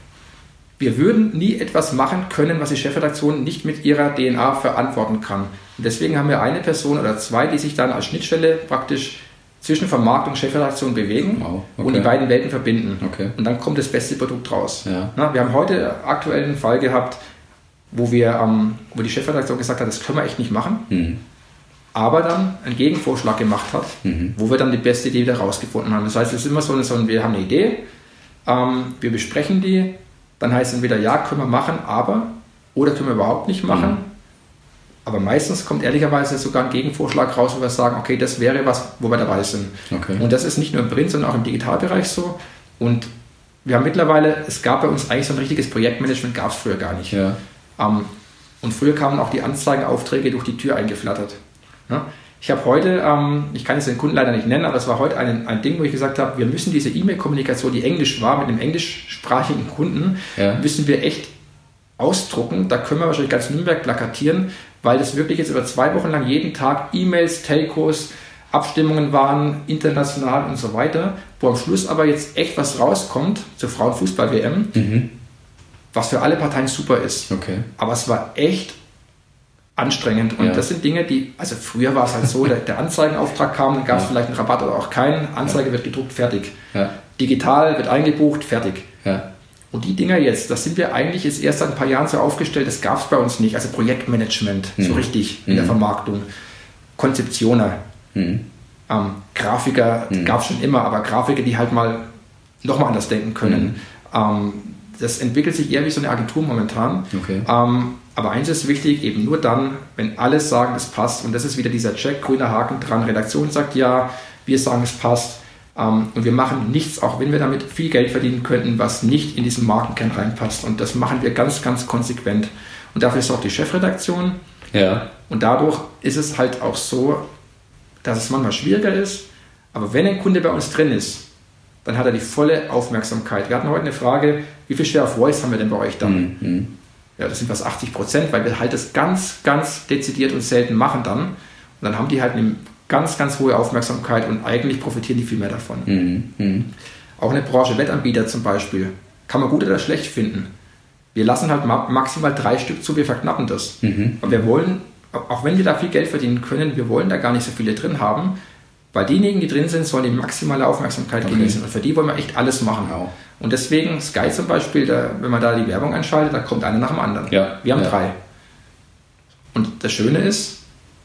wir würden nie etwas machen können, was die Chefredaktion nicht mit ihrer D N A verantworten kann. Und deswegen haben wir eine Person oder zwei, die sich dann als Schnittstelle praktisch zwischen Vermarktung und Chefredaktion bewegen wow, okay. und die beiden Welten verbinden. Okay. Und dann kommt das beste Produkt raus. Ja. Na, wir haben heute aktuell einen Fall gehabt, wo, wir, ähm, wo die Chefredaktion gesagt hat, das können wir echt nicht machen, mhm. aber dann einen Gegenvorschlag gemacht hat, mhm. wo wir dann die beste Idee wieder rausgefunden haben. Das heißt, es ist immer so, so wir haben eine Idee, ähm, wir besprechen die, dann heißt es entweder ja, können wir machen, aber, oder können wir überhaupt nicht machen. Mhm. Aber meistens kommt ehrlicherweise sogar ein Gegenvorschlag raus, wo wir sagen, okay, das wäre was, wo wir dabei sind. Okay. Und das ist nicht nur im Print, sondern auch im Digitalbereich so. Und wir haben mittlerweile, es gab bei uns eigentlich so ein richtiges Projektmanagement, gab es früher gar nicht. Ja. Um, und früher kamen auch die Anzeigenaufträge durch die Tür eingeflattert. Ja? Ich habe heute, um, ich kann jetzt den Kunden leider nicht nennen, aber es war heute ein, ein Ding, wo ich gesagt habe, wir müssen diese E-Mail-Kommunikation, die englisch war, mit einem englischsprachigen Kunden, ja. müssen wir echt ausdrucken, da können wir wahrscheinlich ganz Nürnberg plakatieren, weil das wirklich jetzt über zwei Wochen lang jeden Tag E-Mails, Telcos, Abstimmungen waren, international und so weiter, wo am Schluss aber jetzt echt was rauskommt zur Frauenfußball-W M, mhm. was für alle Parteien super ist. Okay. Aber es war echt anstrengend und ja. das sind Dinge, die, also früher war es halt so, der, der Anzeigenauftrag kam, dann gab es ja. vielleicht einen Rabatt oder auch keinen, Anzeige ja. wird gedruckt, fertig. Ja. Digital wird eingebucht, fertig. Ja. Und die Dinger jetzt, das sind wir eigentlich jetzt erst seit ein paar Jahren so aufgestellt, das gab es bei uns nicht, also Projektmanagement, mhm. so richtig in mhm. der Vermarktung, Konzeptioner, mhm. ähm, Grafiker mhm. gab es schon immer, aber Grafiker, die halt mal nochmal anders denken können. Mhm. Ähm, das entwickelt sich eher wie so eine Agentur momentan. Okay. Ähm, aber eins ist wichtig, eben nur dann, wenn alle sagen, es passt. Und das ist wieder dieser Check, grüner Haken dran. Redaktion sagt ja, wir sagen, es passt. Ähm, und wir machen nichts, auch wenn wir damit viel Geld verdienen könnten, was nicht in diesen Markenkern reinpasst. Und das machen wir ganz, ganz konsequent. Und dafür ist auch die Chefredaktion. Ja. Und dadurch ist es halt auch so, dass es manchmal schwieriger ist. Aber wenn ein Kunde bei uns drin ist, dann hat er die volle Aufmerksamkeit. Wir hatten heute eine Frage, wie viel Share of Voice haben wir denn bei euch dann? Mhm. Ja, das sind fast achtzig Prozent, weil wir halt das ganz, ganz dezidiert und selten machen dann. Und dann haben die halt eine ganz, ganz hohe Aufmerksamkeit und eigentlich profitieren die viel mehr davon. Mhm. Auch eine Branche Wettanbieter zum Beispiel, kann man gut oder schlecht finden. Wir lassen halt maximal drei Stück zu, wir verknappen das. Mhm. Aber wir wollen, auch wenn wir da viel Geld verdienen können, wir wollen da gar nicht so viele drin haben, weil diejenigen, die drin sind, sollen die maximale Aufmerksamkeit okay. genießen. Und für die wollen wir echt alles machen. Wow. Und deswegen, Sky zum Beispiel, da, wenn man da die Werbung einschaltet, da kommt einer nach dem anderen. Ja. Wir haben ja. drei. Und das Schöne ist,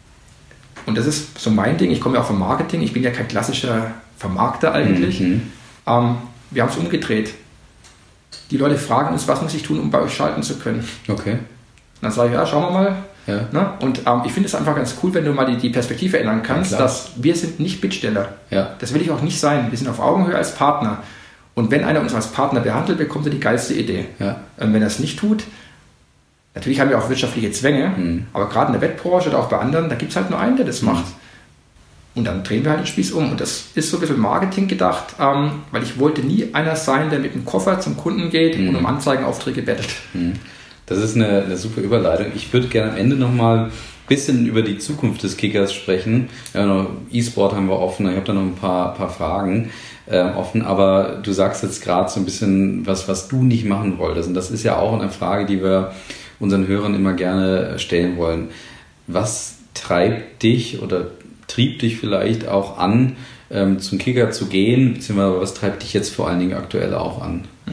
und das ist so mein Ding, ich komme ja auch vom Marketing, ich bin ja kein klassischer Vermarkter eigentlich. Mhm. Ähm, wir haben es umgedreht. Die Leute fragen uns, was muss ich tun, um bei euch schalten zu können. Okay. Und dann sage ich, ja, schauen wir mal. Ja. Ne? Und ähm, ich finde es einfach ganz cool, wenn du mal die, die Perspektive ändern kannst, ja, dass wir sind nicht Bittsteller. Ja. Das will ich auch nicht sein. Wir sind auf Augenhöhe als Partner. Und wenn einer uns als Partner behandelt, bekommt er die geilste Idee. Ja. Und wenn er es nicht tut, natürlich haben wir auch wirtschaftliche Zwänge, mhm. aber gerade in der Wettbranche oder auch bei anderen, da gibt es halt nur einen, der das mhm. macht. Und dann drehen wir halt den Spieß um. Und das ist so ein bisschen Marketing gedacht, ähm, weil ich wollte nie einer sein, der mit dem Koffer zum Kunden geht mhm. und um Anzeigenaufträge bettelt. Mhm. Das ist eine, eine super Überleitung. Ich würde gerne am Ende nochmal ein bisschen über die Zukunft des Kickers sprechen. Ja, noch E-Sport haben wir offen, ich habe da noch ein paar, paar Fragen äh, offen, aber du sagst jetzt gerade so ein bisschen was, was du nicht machen wolltest. Und das ist ja auch eine Frage, die wir unseren Hörern immer gerne stellen wollen. Was treibt dich oder trieb dich vielleicht auch an, ähm, zum Kicker zu gehen, beziehungsweise was treibt dich jetzt vor allen Dingen aktuell auch an? Mhm.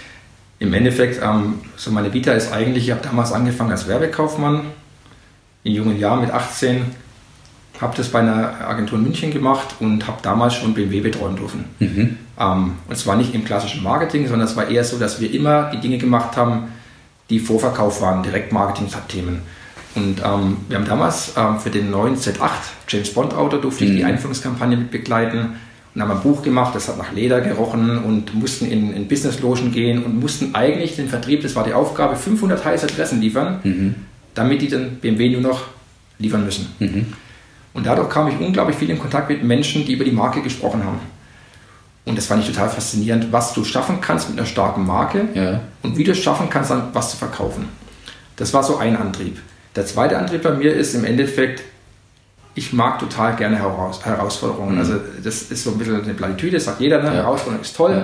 Im Endeffekt, ähm, so meine Vita ist eigentlich, ich habe damals angefangen als Werbekaufmann, in jungen Jahren mit achtzehn, habe das bei einer Agentur in München gemacht und habe damals schon B M W betreuen dürfen. Mhm. Ähm, und zwar nicht im klassischen Marketing, sondern es war eher so, dass wir immer die Dinge gemacht haben, die Vorverkauf waren, Direktmarketing-Themen. Und ähm, wir haben damals ähm, für den neuen Z acht James Bond Auto durfte ich mhm. die Einführungskampagne mit begleiten. Und haben ein Buch gemacht, das hat nach Leder gerochen und mussten in, in Business-Logen gehen und mussten eigentlich den Vertrieb, das war die Aufgabe, fünfhundert heiße Adressen liefern, mhm. damit die dann B M W nur noch liefern müssen. Mhm. Und dadurch kam ich unglaublich viel in Kontakt mit Menschen, die über die Marke gesprochen haben. Und das fand ich total faszinierend, was du schaffen kannst mit einer starken Marke ja. und wie du es schaffen kannst, dann was zu verkaufen. Das war so ein Antrieb. Der zweite Antrieb bei mir ist im Endeffekt, ich mag total gerne Heraus- Herausforderungen. Mhm. Also das ist so ein bisschen eine Platitüde, das sagt jeder, ne? Ja. Herausforderung ist toll. Ja.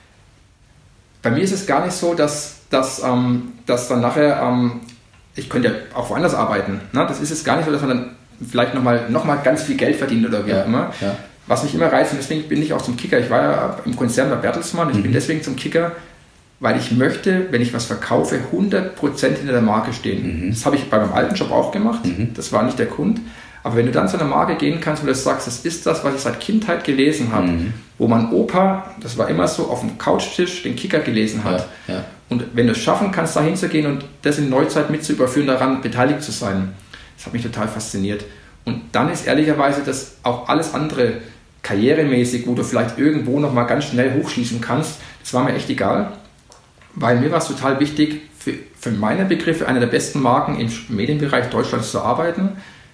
Bei mir ist es gar nicht so, dass, dass, ähm, dass dann nachher, ähm, ich könnte ja auch woanders arbeiten. Ne? Das ist es gar nicht so, dass man dann vielleicht nochmal noch mal ganz viel Geld verdient oder wie ja. auch immer. Ja. Was mich immer reizt, und deswegen bin ich auch zum Kicker. Ich war ja im Konzern bei Bertelsmann, ich mhm. bin deswegen zum Kicker, weil ich möchte, wenn ich was verkaufe, hundert Prozent hinter der Marke stehen. Mhm. Das habe ich bei meinem alten Job auch gemacht. Mhm. Das war nicht der Grund. Aber wenn du dann zu einer Marke gehen kannst, wo du sagst, das ist das, was ich seit Kindheit gelesen habe, mhm. wo mein Opa, das war immer so, auf dem Couchtisch den Kicker gelesen hat. Ja, ja. Und wenn du es schaffen kannst, da hinzugehen und das in Neuzeit mit zu überführen, daran beteiligt zu sein, das hat mich total fasziniert. Und dann ist ehrlicherweise das auch alles andere karrieremäßig, wo du vielleicht irgendwo nochmal ganz schnell hochschießen kannst, das war mir echt egal, weil mir war es total wichtig, für, für meine Begriffe eine der besten Marken im Medienbereich Deutschlands zu arbeiten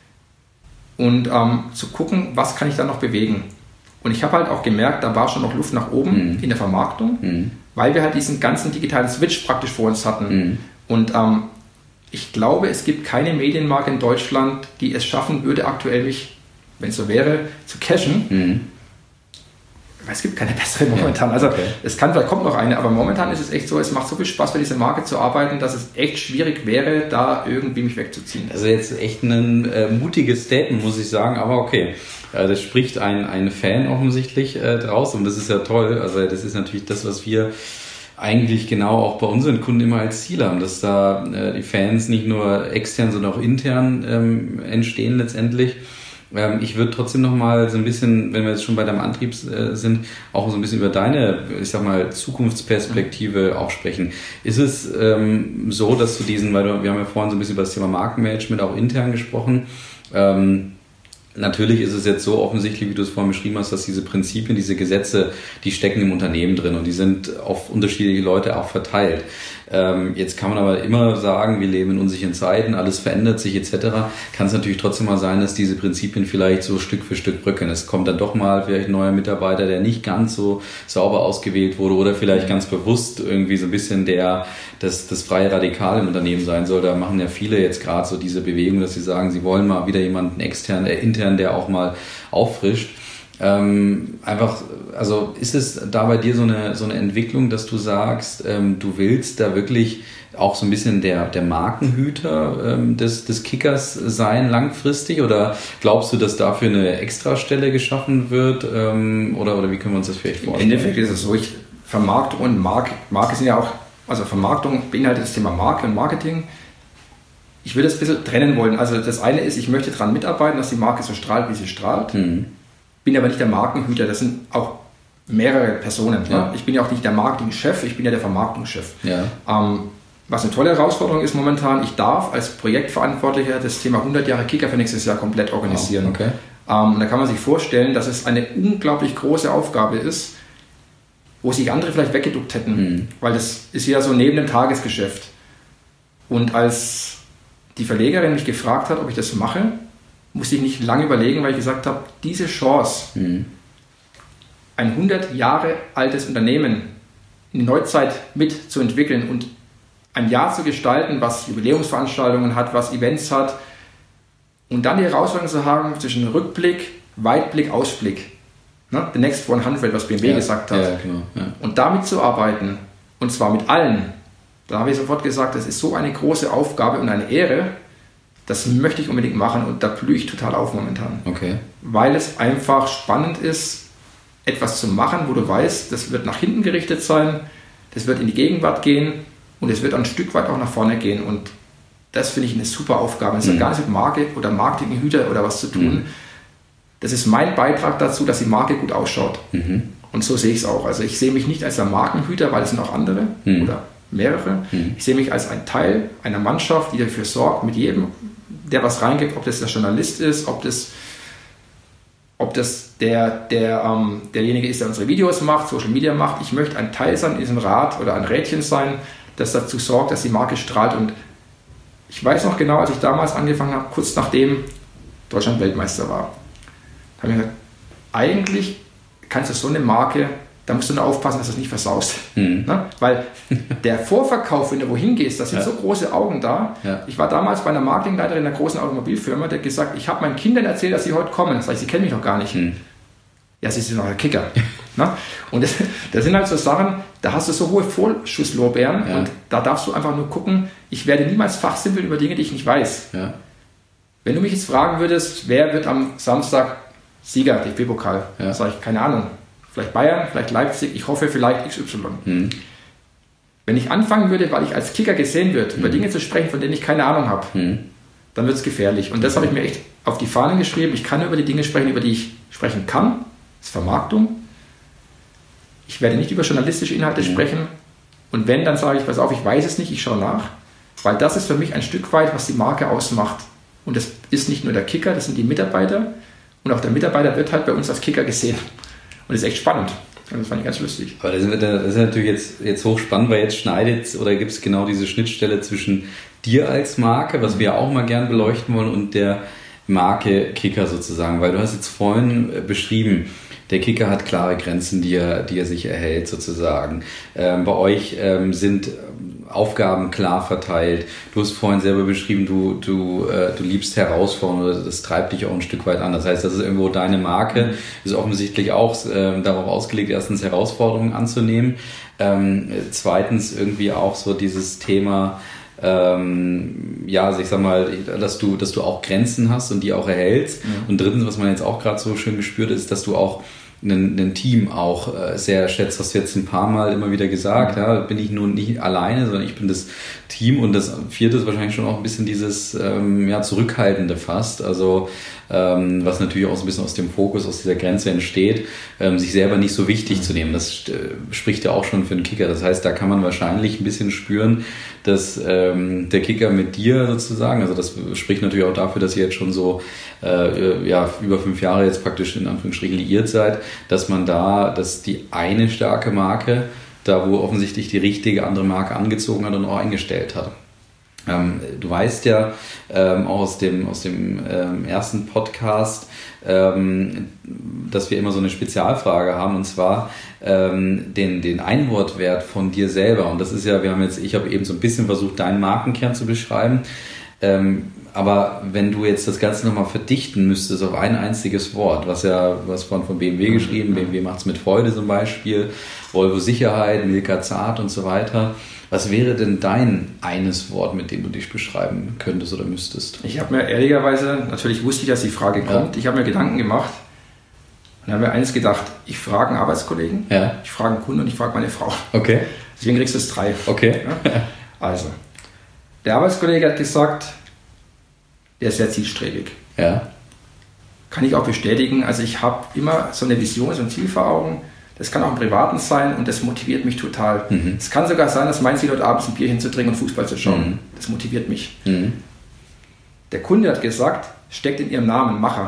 und ähm, zu gucken, was kann ich da noch bewegen. Und ich habe halt auch gemerkt, da war schon noch Luft nach oben mhm. in der Vermarktung, mhm. weil wir halt diesen ganzen digitalen Switch praktisch vor uns hatten. Mhm. Und ähm, ich glaube, es gibt keine Medienmarke in Deutschland, die es schaffen würde, aktuell mich, wenn es so wäre, zu cashen. Mhm. Es gibt keine bessere momentan. Also okay. Es kann, vielleicht kommt noch eine, aber momentan ist es echt so, es macht so viel Spaß, für diese Marke zu arbeiten, dass es echt schwierig wäre, da irgendwie mich wegzuziehen. Also jetzt echt ein äh, mutiges Statement, muss ich sagen, aber okay. Äh, das spricht ein, ein Fan offensichtlich äh, draus und das ist ja toll. Also das ist natürlich das, was wir eigentlich genau auch bei unseren Kunden immer als Ziel haben, dass da äh, die Fans nicht nur extern, sondern auch intern ähm, entstehen letztendlich. Ich würde trotzdem noch mal so ein bisschen, wenn wir jetzt schon bei deinem Antrieb äh, sind, auch so ein bisschen über deine, ich sag mal, Zukunftsperspektive auch sprechen. Ist es ähm, so, dass du diesen, weil du, wir haben ja vorhin so ein bisschen über das Thema Markenmanagement auch intern gesprochen, ähm, natürlich ist es jetzt so offensichtlich, wie du es vorhin beschrieben hast, dass diese Prinzipien, diese Gesetze, die stecken im Unternehmen drin und die sind auf unterschiedliche Leute auch verteilt. Ähm, jetzt kann man aber immer sagen, wir leben in unsicheren Zeiten, alles verändert sich et cetera. Kann es natürlich trotzdem mal sein, dass diese Prinzipien vielleicht so Stück für Stück bröckeln. Es kommt dann doch mal vielleicht ein neuer Mitarbeiter, der nicht ganz so sauber ausgewählt wurde oder vielleicht ganz bewusst irgendwie so ein bisschen der das, das freie Radikal im Unternehmen sein soll. Da machen ja viele jetzt gerade so diese Bewegung, dass sie sagen, sie wollen mal wieder jemanden extern, äh, intern, der auch mal auffrischt. Ähm, einfach, also ist es da bei dir so eine, so eine Entwicklung, dass du sagst, ähm, du willst da wirklich auch so ein bisschen der, der Markenhüter ähm, des, des Kickers sein langfristig oder glaubst du, dass dafür eine Extrastelle geschaffen wird ähm, oder, oder wie können wir uns das vielleicht vorstellen? Im Endeffekt ist es so, ich, Vermarktung und Marke, Marke sind ja auch, also Vermarktung beinhaltet das Thema Marke und Marketing. Ich würde das ein bisschen trennen wollen. Also das eine ist, ich möchte daran mitarbeiten, dass die Marke so strahlt, wie sie strahlt. Mhm. Bin aber nicht der Markenhüter, das sind auch mehrere Personen. Ja. Ich bin ja auch nicht der Marketingchef, ich bin ja der Vermarktungschef. Ja. Ähm, was eine tolle Herausforderung ist momentan, ich darf als Projektverantwortlicher das Thema hundert Jahre Kicker für nächstes Jahr komplett organisieren. Oh, okay. ähm, da kann man sich vorstellen, dass es eine unglaublich große Aufgabe ist, wo sich andere vielleicht weggeduckt hätten, mhm. weil das ist ja so neben dem Tagesgeschäft. Und als die Verlegerin mich gefragt hat, ob ich das mache, musste ich nicht lange überlegen, weil ich gesagt habe, diese Chance, mhm. ein hundert Jahre altes Unternehmen in die Neuzeit mitzuentwickeln und ein Jahr zu gestalten, was Jubiläumsveranstaltungen hat, was Events hat und dann die Herausforderung zu haben zwischen Rückblick, Weitblick, Ausblick. Ne? The next hundert, was B M W ja, gesagt hat. Ja, genau, ja. Und damit zu arbeiten, und zwar mit allen, da habe ich sofort gesagt, das ist so eine große Aufgabe und eine Ehre, das möchte ich unbedingt machen und da blühe ich total auf momentan. Okay. Weil es einfach spannend ist, etwas zu machen, wo du weißt, das wird nach hinten gerichtet sein, das wird in die Gegenwart gehen und es wird ein Stück weit auch nach vorne gehen. Und das finde ich eine super Aufgabe. Das mhm. hat gar nichts mit Marke oder Marketinghüter oder was zu tun. Mhm. Das ist mein Beitrag dazu, dass die Marke gut ausschaut. Mhm. Und so sehe ich es auch. Also ich sehe mich nicht als der Markenhüter, weil es sind auch andere mhm. oder mehrere. Mhm. Ich sehe mich als ein Teil einer Mannschaft, die dafür sorgt, mit jedem, der was reingibt, ob das der Journalist ist, ob das, ob das der, der, ähm, derjenige ist, der unsere Videos macht, Social Media macht. Ich möchte ein Teil sein in diesem Rad oder ein Rädchen sein, das dazu sorgt, dass die Marke strahlt. Und ich weiß noch genau, als ich damals angefangen habe, kurz nachdem Deutschland Weltmeister war, habe ich gesagt, eigentlich kannst du so eine Marke, da musst du nur aufpassen, dass du es nicht versaust. Mhm. Ne? Weil der Vorverkauf, wenn du wohin gehst, da sind ja. so große Augen da. Ja. Ich war damals bei einer Marketingleiterin einer großen Automobilfirma, der hat gesagt, ich habe meinen Kindern erzählt, dass sie heute kommen. Das heißt, sie kennen mich noch gar nicht. Mhm. Ja, sie sind noch ein Kicker. Ne? Und das, das sind halt so Sachen, da hast du so hohe Vorschusslorbeeren ja. und da darfst du einfach nur gucken, ich werde niemals fachsimpeln über Dinge, die ich nicht weiß. Ja. Wenn du mich jetzt fragen würdest, wer wird am Samstag Sieger, D F B-Pokal, ja. sage ich, keine Ahnung. Vielleicht Bayern, vielleicht Leipzig, ich hoffe vielleicht X Y. Hm. Wenn ich anfangen würde, weil ich als Kicker gesehen wird, hm. über Dinge zu sprechen, von denen ich keine Ahnung habe, hm. dann wird es gefährlich. Und das habe ich mir echt auf die Fahnen geschrieben. Ich kann nur über die Dinge sprechen, über die ich sprechen kann. Das ist Vermarktung. Ich werde nicht über journalistische Inhalte hm. sprechen. Und wenn, dann sage ich, pass auf, ich weiß es nicht, ich schaue nach. Weil das ist für mich ein Stück weit, was die Marke ausmacht. Und das ist nicht nur der Kicker, das sind die Mitarbeiter. Und auch der Mitarbeiter wird halt bei uns als Kicker gesehen. Und das ist echt spannend. Und das fand ich ganz lustig. Aber das ist, das ist natürlich jetzt, jetzt hochspannend, weil jetzt schneidet oder gibt es genau diese Schnittstelle zwischen dir als Marke, was wir auch mal gern beleuchten wollen, und der Marke Kicker sozusagen. Weil du hast jetzt vorhin beschrieben, der Kicker hat klare Grenzen, die er, die er sich erhält sozusagen. Ähm, bei euch ähm, sind Aufgaben klar verteilt. Du hast vorhin selber beschrieben, du, du, äh, du liebst Herausforderungen, das treibt dich auch ein Stück weit an. Das heißt, das ist irgendwo deine Marke, ist offensichtlich auch äh, darauf ausgelegt, erstens Herausforderungen anzunehmen, ähm, zweitens irgendwie auch so dieses Thema, ähm, ja, also ich sag mal, dass du, dass du auch Grenzen hast und die auch erhältst. Mhm. Und drittens, was man jetzt auch gerade so schön gespürt ist, dass du auch ein, ein Team auch äh, sehr schätzt, hast du jetzt ein paar Mal immer wieder gesagt, ja, bin ich nun nicht alleine, sondern ich bin das Team. Und das vierte ist wahrscheinlich schon auch ein bisschen dieses ähm, ja, Zurückhaltende fast, also ähm, was natürlich auch so ein bisschen aus dem Fokus, aus dieser Grenze entsteht, ähm, sich selber nicht so wichtig zu nehmen. Das äh, spricht ja auch schon für einen Kicker. Das heißt, da kann man wahrscheinlich ein bisschen spüren, dass ähm, der Kicker mit dir sozusagen, also das spricht natürlich auch dafür, dass ihr jetzt schon so äh, ja, über fünf Jahre jetzt praktisch in Anführungsstrichen liiert seid, dass man da, dass die eine starke Marke, da wo offensichtlich die richtige andere Marke angezogen hat und auch eingestellt hat. Ähm, du weißt ja ähm, auch aus dem, aus dem ähm, ersten Podcast, ähm, dass wir immer so eine Spezialfrage haben, und zwar ähm, den, den Einwortwert von dir selber. Und das ist ja, wir haben jetzt, ich habe eben so ein bisschen versucht, deinen Markenkern zu beschreiben. Ähm, aber wenn du jetzt das Ganze nochmal verdichten müsstest auf ein einziges Wort, was ja, was von, von B M W geschrieben, B M W macht es mit Freude zum Beispiel, Volvo Sicherheit, Milka Zart und so weiter. Was wäre denn dein eines Wort, mit dem du dich beschreiben könntest oder müsstest? Ich habe mir ehrlicherweise, natürlich wusste ich, dass die Frage kommt, ja. Ich habe mir Gedanken gemacht und habe mir eines gedacht, ich frage einen Arbeitskollegen, ja. Ich frage einen Kunden und ich frage meine Frau. Okay. Deswegen kriegst du es drei. Okay. Ja? Also, der Arbeitskollege hat gesagt, der ist sehr zielstrebig. Ja. Kann ich auch bestätigen. Also ich habe immer so eine Vision, so ein Ziel vor Augen. Das kann auch im Privaten sein und das motiviert mich total. Mhm. Es kann sogar sein, dass mein Ziel heute abends ein Bierchen zu trinken und Fußball zu schauen. Mhm. Das motiviert mich. Mhm. Der Kunde hat gesagt, steckt in ihrem Namen Macher.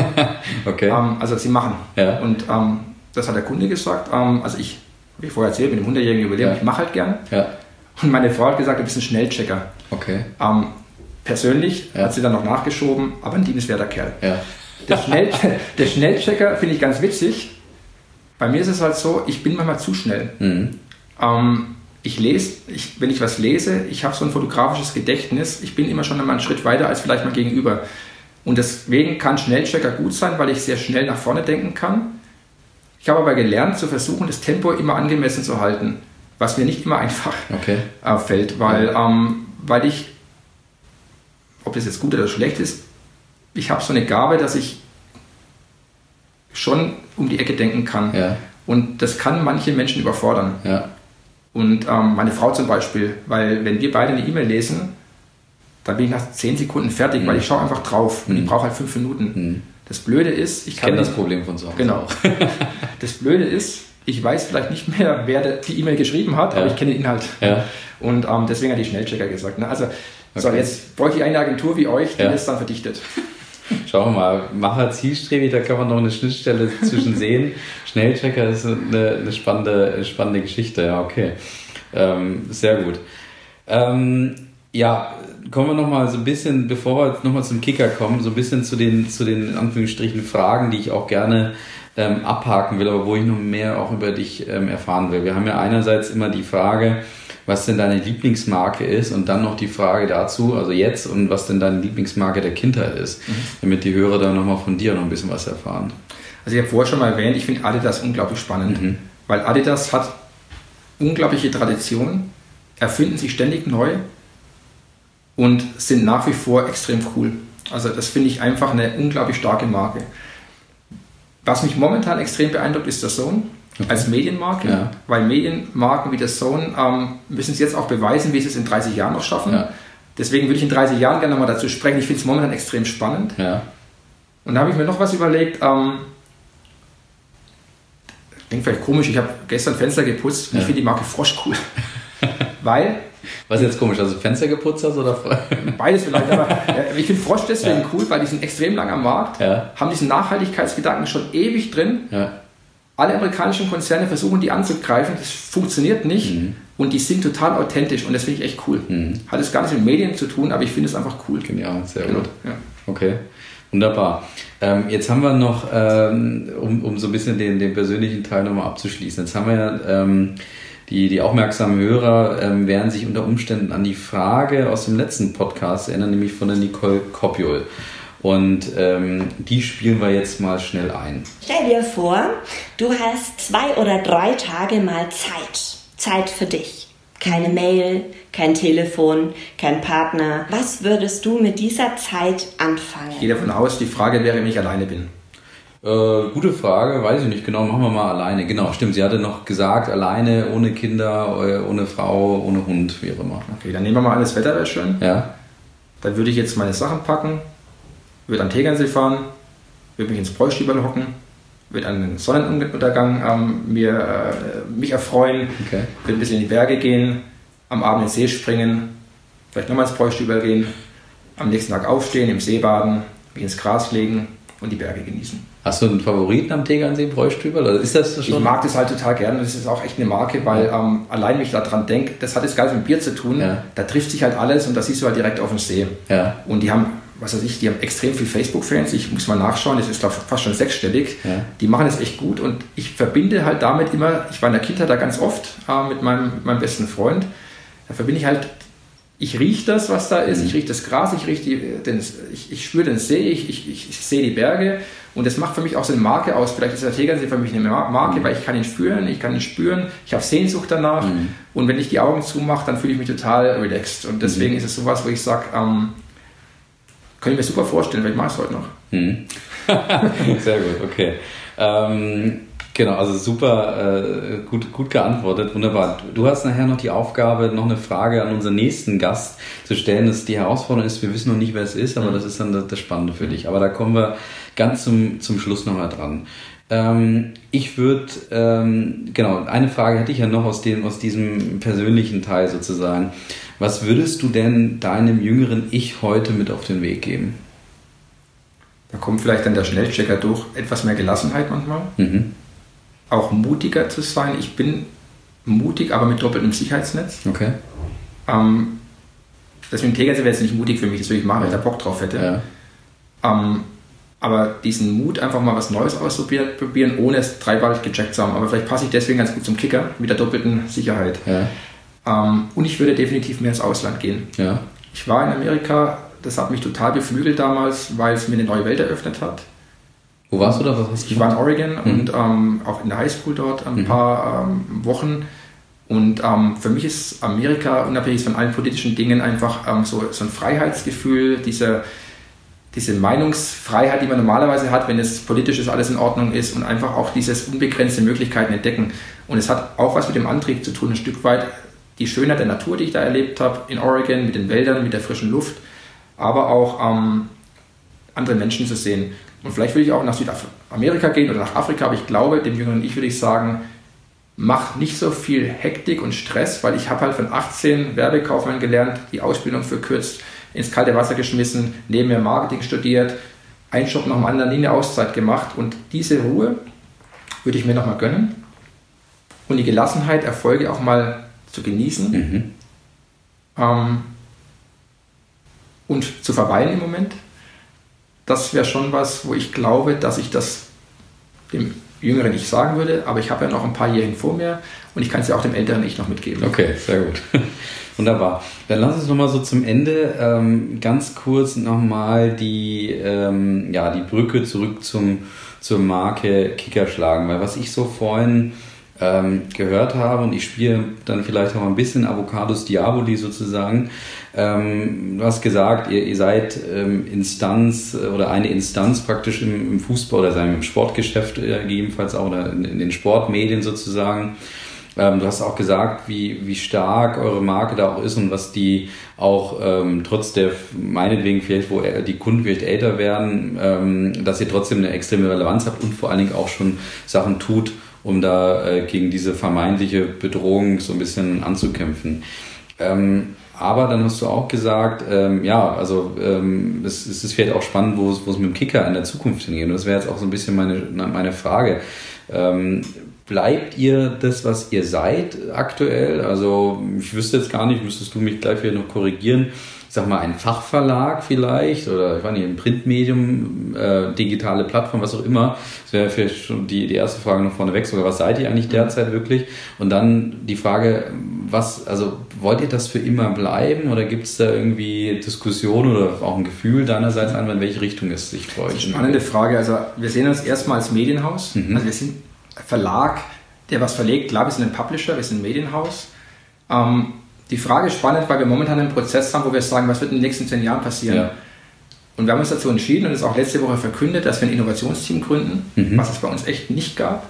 Okay. Ähm, also sie machen. Ja. Und ähm, das hat der Kunde gesagt. Ähm, also ich, wie ich vorher erzählt, mit dem hundertjährigen Jubiläum, ja. Ich mache halt gern. Ja. Und meine Frau hat gesagt, du bist ein Schnellchecker. Okay. Ähm, persönlich ja. Hat sie dann noch nachgeschoben, aber ein liebenswerter Kerl. Ja. Der, Schnell, der Schnellchecker finde ich ganz witzig. Bei mir ist es halt so, ich bin manchmal zu schnell. Mhm. Ähm, ich lese, ich, wenn ich was lese, ich habe so ein fotografisches Gedächtnis, ich bin immer schon einmal einen Schritt weiter als vielleicht mein Gegenüber. Und deswegen kann Schnellchecker gut sein, weil ich sehr schnell nach vorne denken kann. Ich habe aber gelernt, zu versuchen, das Tempo immer angemessen zu halten, was mir nicht immer einfach okay. äh, fällt, weil, ja. ähm, weil ich, ob das jetzt gut oder schlecht ist, ich habe so eine Gabe, dass ich schon um die Ecke denken kann. Ja. Und das kann manche Menschen überfordern. Ja. Und ähm, meine Frau zum Beispiel, weil wenn wir beide eine E-Mail lesen, dann bin ich nach zehn Sekunden fertig, mhm. weil ich schaue einfach drauf und ich brauche halt fünf Minuten. Mhm. Das Blöde ist, ich, ich kenne das Problem von so. Genau. Das Blöde ist, ich weiß vielleicht nicht mehr, wer die E-Mail geschrieben hat, ja. aber ich kenne den Inhalt. Ja. Und ähm, deswegen hat die Schnellchecker gesagt. Ne? Also, okay. So, jetzt bräuchte ich eine Agentur wie euch, die ja. das dann verdichtet. Schauen wir mal, Macher zielstrebig, da kann man noch eine Schnittstelle zwischen sehen. Schnellchecker ist eine, eine, spannende, eine spannende Geschichte, ja, okay. Ähm, sehr gut. Ähm, ja, kommen wir nochmal so ein bisschen, bevor wir nochmal zum Kicker kommen, so ein bisschen zu den, zu den in Anführungsstrichen Fragen, die ich auch gerne ähm, abhaken will, aber wo ich noch mehr auch über dich ähm, erfahren will. Wir haben ja einerseits immer die Frage, was denn deine Lieblingsmarke ist und dann noch die Frage dazu, also jetzt, und was denn deine Lieblingsmarke der Kindheit ist, mhm. damit die Hörer dann nochmal von dir noch ein bisschen was erfahren. Also ich habe vorher schon mal erwähnt, ich finde Adidas unglaublich spannend, mhm. weil Adidas hat unglaubliche Tradition, erfinden sich ständig neu und sind nach wie vor extrem cool. Also das finde ich einfach eine unglaublich starke Marke. Was mich momentan extrem beeindruckt, ist der Zone. Okay. Als Medienmarke, ja. weil Medienmarken wie der Zone ähm, müssen es jetzt auch beweisen, wie sie es in dreißig Jahren noch schaffen. Ja. Deswegen würde ich in dreißig Jahren gerne nochmal dazu sprechen. Ich finde es momentan extrem spannend. Ja. Und da habe ich mir noch was überlegt. Ähm, klingt vielleicht komisch, ich habe gestern Fenster geputzt und ja. ich finde die Marke Frosch cool. Weil... Was ist jetzt komisch, also Fenster geputzt hast oder? Beides vielleicht, aber äh, ich finde Frosch deswegen ja. cool, weil die sind extrem lang am Markt, ja. haben diesen Nachhaltigkeitsgedanken schon ewig drin. Ja. Alle amerikanischen Konzerne versuchen, die anzugreifen. Das funktioniert nicht. Mhm. Und die sind total authentisch. Und das finde ich echt cool. Mhm. Hat es gar nichts mit Medien zu tun, aber ich finde es einfach cool. Genial, sehr genau. gut. Ja. Okay, wunderbar. Ähm, jetzt haben wir noch, ähm, um, um so ein bisschen den, den persönlichen Teil nochmal abzuschließen, jetzt haben wir ja ähm, die, die aufmerksamen Hörer ähm, werden sich unter Umständen an die Frage aus dem letzten Podcast erinnern, nämlich von der Nicole Kopiol. Und ähm, die spielen wir jetzt mal schnell ein. Stell dir vor, du hast zwei oder drei Tage mal Zeit. Zeit für dich. Keine Mail, kein Telefon, kein Partner. Was würdest du mit dieser Zeit anfangen? Ich gehe davon aus, die Frage wäre, wenn ich alleine bin. Äh, gute Frage, weiß ich nicht genau, machen wir mal alleine. Genau, stimmt, sie hatte noch gesagt, alleine, ohne Kinder, ohne Frau, ohne Hund, wie auch immer. Okay, dann nehmen wir mal alles Wetter, wäre schön. Ja. Dann würde ich jetzt meine Sachen packen, würde an den Tegernsee fahren, würde mich ins Bräustüberl hocken, würde an den Sonnenuntergang ähm, mir, äh, mich erfreuen, okay. Würde ein bisschen in die Berge gehen, am Abend ins See springen, vielleicht nochmal ins Bräustüberl gehen, am nächsten Tag aufstehen, im See baden, mich ins Gras legen und die Berge genießen. Hast du einen Favoriten am Tegernsee, Bräustüberl? Oder ist das schon? Ich mag das halt total gerne. Das ist auch echt eine Marke, weil ja. ähm, allein, wenn ich daran denke, das hat jetzt gar nichts mit Bier zu tun. Ja. Da trifft sich halt alles und da siehst du halt direkt auf dem See. Ja. Und die haben, was weiß ich, die haben extrem viel Facebook-Fans. Ich muss mal nachschauen, das ist glaube ich fast schon sechsstellig. Ja. Die machen das echt gut und ich verbinde halt damit immer, ich war in der Kindheit da ganz oft äh, mit, meinem, mit meinem besten Freund. Da verbinde ich halt, ich rieche das, was da ist, mhm. ich rieche das Gras, ich rieche die, den, ich, ich spüre den See, ich, ich, ich, ich sehe die Berge. Und das macht für mich auch so eine Marke aus. Vielleicht ist der Tegernsee für mich eine Marke, mhm. weil ich kann ihn spüren, ich kann ihn spüren, ich habe Sehnsucht danach. Mhm. Und wenn ich die Augen zumache, dann fühle ich mich total relaxed. Und deswegen mhm. ist es sowas, wo ich sage, ähm, kann ich mir super vorstellen, vielleicht mache ich es heute noch. Mhm. Sehr gut, okay. Ähm, genau, also super, äh, gut, gut geantwortet, wunderbar. Du hast nachher noch die Aufgabe, noch eine Frage an unseren nächsten Gast zu stellen. Das die Herausforderung ist, wir wissen noch nicht, wer es ist, aber mhm. das ist dann das, das Spannende für dich. Aber da kommen wir ganz zum, zum Schluss nochmal dran. Ähm, ich würde, ähm, genau, eine Frage hätte ich ja noch aus, dem, aus diesem persönlichen Teil sozusagen. Was würdest du denn deinem jüngeren Ich heute mit auf den Weg geben? Da kommt vielleicht dann der Schnellchecker durch, etwas mehr Gelassenheit manchmal. Mhm. Auch mutiger zu sein. Ich bin mutig, aber mit doppeltem Sicherheitsnetz. Okay. Ähm, das mit dem Tegernsee wäre jetzt nicht mutig für mich, das würde ich machen, weil ich da Bock drauf hätte. Ja. Ähm, aber diesen Mut, einfach mal was Neues auszuprobieren, ohne es dreimal gecheckt zu haben. Aber vielleicht passe ich deswegen ganz gut zum Kicker mit der doppelten Sicherheit. Ja. Ähm, und ich würde definitiv mehr ins Ausland gehen. Ja. Ich war in Amerika, das hat mich total beflügelt damals, weil es mir eine neue Welt eröffnet hat. Wo warst du da? Was hast du ich war in Oregon mhm. und ähm, auch in der Highschool dort ein mhm. paar ähm, Wochen. Und ähm, für mich ist Amerika, unabhängig von allen politischen Dingen, einfach ähm, so, so ein Freiheitsgefühl, diese, diese Meinungsfreiheit, die man normalerweise hat, wenn es politisch ist, alles in Ordnung ist und einfach auch dieses unbegrenzte Möglichkeiten entdecken. Und es hat auch was mit dem Antrieb zu tun, ein Stück weit die Schönheit der Natur, die ich da erlebt habe, in Oregon, mit den Wäldern, mit der frischen Luft, aber auch ähm, andere Menschen zu sehen. Und vielleicht würde ich auch nach Südamerika gehen oder nach Afrika, aber ich glaube, dem jüngeren Ich würde ich sagen, mach nicht so viel Hektik und Stress, weil ich habe halt von achtzehn Werbekaufmann gelernt, die Ausbildung verkürzt, ins kalte Wasser geschmissen, neben mir Marketing studiert, einen Job nach dem anderen, nie eine Auszeit gemacht und diese Ruhe würde ich mir nochmal gönnen und die Gelassenheit, Erfolge auch mal zu genießen mhm. ähm, und zu verweilen im Moment. Das wäre schon was, wo ich glaube, dass ich das dem jüngeren Ich sagen würde, aber ich habe ja noch ein paar Jährchen vor mir und ich kann es ja auch dem älteren Ich noch mitgeben. Okay, sehr gut. Wunderbar. Dann lass uns nochmal so zum Ende ähm, ganz kurz nochmal die, ähm, ja, die Brücke zurück zum, zur Marke Kicker schlagen, weil was ich so vorhin ähm, gehört habe und ich spiele dann vielleicht auch mal ein bisschen Avocados Diaboli sozusagen. Ähm, du hast gesagt, ihr, ihr seid ähm, Instanz oder eine Instanz praktisch im, im Fußball oder sagen wir im Sportgeschäft äh, gegebenenfalls auch oder in, in den Sportmedien sozusagen. Ähm, du hast auch gesagt, wie, wie stark eure Marke da auch ist und was die auch ähm, trotz der, meinetwegen vielleicht, wo die Kunden vielleicht älter werden, ähm, dass ihr trotzdem eine extreme Relevanz habt und vor allen Dingen auch schon Sachen tut, um da äh, gegen diese vermeintliche Bedrohung so ein bisschen anzukämpfen. Ähm, aber dann hast du auch gesagt, ähm, ja, also ähm, es, es ist vielleicht auch spannend, wo es, wo es mit dem Kicker in der Zukunft hingeht. Und das wäre jetzt auch so ein bisschen meine, meine Frage. Ähm, bleibt ihr das, was ihr seid aktuell? Also ich wüsste jetzt gar nicht, müsstest du mich gleich wieder noch korrigieren. Ich sag mal, ein Fachverlag vielleicht oder ich weiß nicht, ein Printmedium, äh, digitale Plattform, was auch immer. Das wäre vielleicht schon die, die erste Frage noch vorneweg, sogar was seid ihr eigentlich derzeit wirklich? Und dann die Frage, was, also wollt ihr das für immer bleiben oder gibt es da irgendwie Diskussionen oder auch ein Gefühl deinerseits an, in welche Richtung es sich bei euch? Spannende Frage. Also wir sehen uns erstmal als Medienhaus. Mhm. Also wir sind Verlag, der was verlegt. Klar, wir sind ein Publisher, wir sind ein Medienhaus. Ähm, Die Frage ist spannend, weil wir momentan einen Prozess haben, wo wir sagen, was wird in den nächsten zehn Jahren passieren. Ja. Und wir haben uns dazu entschieden und es auch letzte Woche verkündet, dass wir ein Innovationsteam gründen, mhm. was es bei uns echt nicht gab,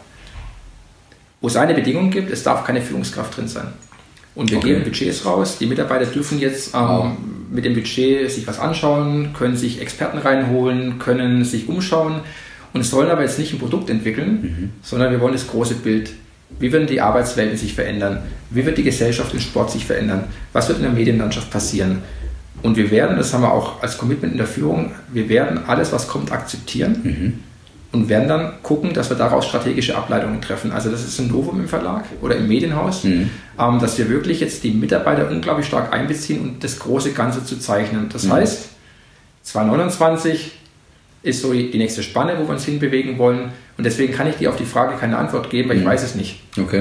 wo es eine Bedingung gibt, es darf keine Führungskraft drin sein. Und wir okay. geben Budgets raus, die Mitarbeiter dürfen jetzt ähm, wow. mit dem Budget sich was anschauen, können sich Experten reinholen, können sich umschauen und sollen aber jetzt nicht ein Produkt entwickeln, mhm. sondern wir wollen das große Bild. Wie werden die Arbeitswelten sich verändern? Wie wird die Gesellschaft im Sport sich verändern? Was wird in der Medienlandschaft passieren? Und wir werden, das haben wir auch als Commitment in der Führung, wir werden alles, was kommt, akzeptieren mhm. und werden dann gucken, dass wir daraus strategische Ableitungen treffen. Also das ist ein Novum im Verlag oder im Medienhaus, mhm. ähm, dass wir wirklich jetzt die Mitarbeiter unglaublich stark einbeziehen und das große Ganze zu zeichnen. Das mhm. heißt, zwanzig neunundzwanzig ist so die nächste Spanne, wo wir uns hinbewegen wollen. Und deswegen kann ich dir auf die Frage keine Antwort geben, weil mhm. ich weiß es nicht. Okay.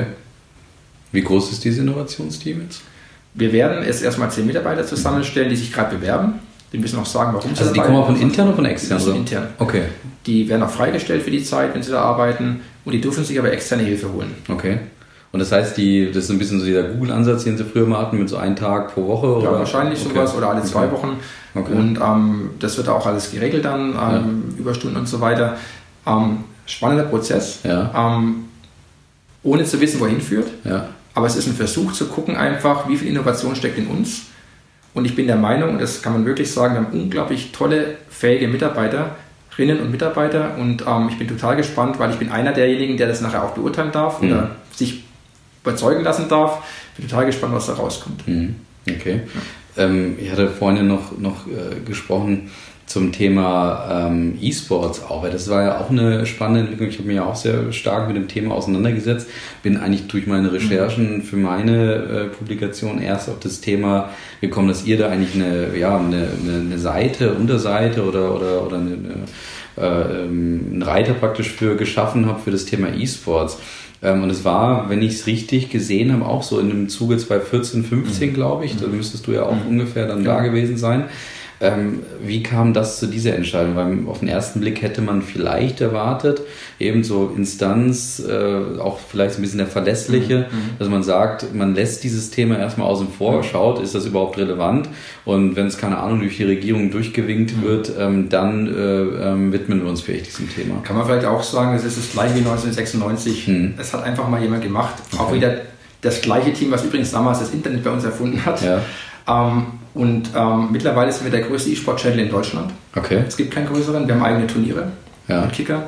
Wie groß ist dieses Innovationsteam jetzt? Wir werden jetzt erstmal zehn Mitarbeiter zusammenstellen, die sich gerade bewerben. Die müssen auch sagen, warum sie Also die kommen auch von intern oder von extern? Von intern. Okay. Die werden auch freigestellt für die Zeit, wenn sie da arbeiten. Und die dürfen sich aber externe Hilfe holen. Okay. Und das heißt, die, das ist ein bisschen so dieser Google-Ansatz, den sie früher mal hatten, mit so einem Tag pro Woche? Oder? Ja, wahrscheinlich okay. sowas oder alle zwei okay. Wochen. Okay. Und ähm, das wird auch alles geregelt dann, ähm, ja. Überstunden und so weiter. Ähm, spannender Prozess, ja. ähm, ohne zu wissen, wohin führt. Ja. Aber es ist ein Versuch zu gucken einfach, wie viel Innovation steckt in uns. Und ich bin der Meinung, und das kann man wirklich sagen, wir haben unglaublich tolle, fähige Mitarbeiterinnen und Mitarbeiter. Und ähm, ich bin total gespannt, weil ich bin einer derjenigen, der das nachher auch beurteilen darf mhm. oder sich überzeugen lassen darf. Ich bin total gespannt, was da rauskommt. Mhm. Okay. Ja. Ähm, ich hatte vorhin ja noch, noch äh, gesprochen zum Thema ähm, E-Sports auch, weil das war ja auch eine spannende Entwicklung. Ich habe mich ja auch sehr stark mit dem Thema auseinandergesetzt, bin eigentlich durch meine Recherchen für meine äh, Publikation erst auf das Thema gekommen, dass ihr da eigentlich eine, ja, eine, eine, eine Seite, Unterseite oder, oder, oder eine, eine, äh, einen Reiter praktisch für geschaffen habt für das Thema E-Sports. Ähm, und es war, wenn ich es richtig gesehen habe, auch so in dem Zuge zwanzig vierzehn, fünfzehn, glaube ich, da müsstest du ja auch mhm. ungefähr dann ja. da gewesen sein. Ähm, wie kam das zu dieser Entscheidung? Weil auf den ersten Blick hätte man vielleicht erwartet, eben so Instanz, äh, auch vielleicht ein bisschen der Verlässliche, mhm. dass man sagt, man lässt dieses Thema erstmal außen vor, schaut, ist das überhaupt relevant? Und wenn es, keine Ahnung, durch die Regierung durchgewinkt mhm. wird, ähm, dann äh, ähm, widmen wir uns vielleicht diesem Thema. Kann man vielleicht auch sagen, es ist das gleiche wie neunzehnhundertsechsundneunzig. Mhm. Es hat einfach mal jemand gemacht. Okay. Auch wieder das gleiche Team, was übrigens damals das Internet bei uns erfunden hat. Ja. Ähm, und ähm, mittlerweile sind wir der größte E-Sport-Channel in Deutschland. Okay. Es gibt keinen größeren, wir haben eigene Turniere ja. und Kicker.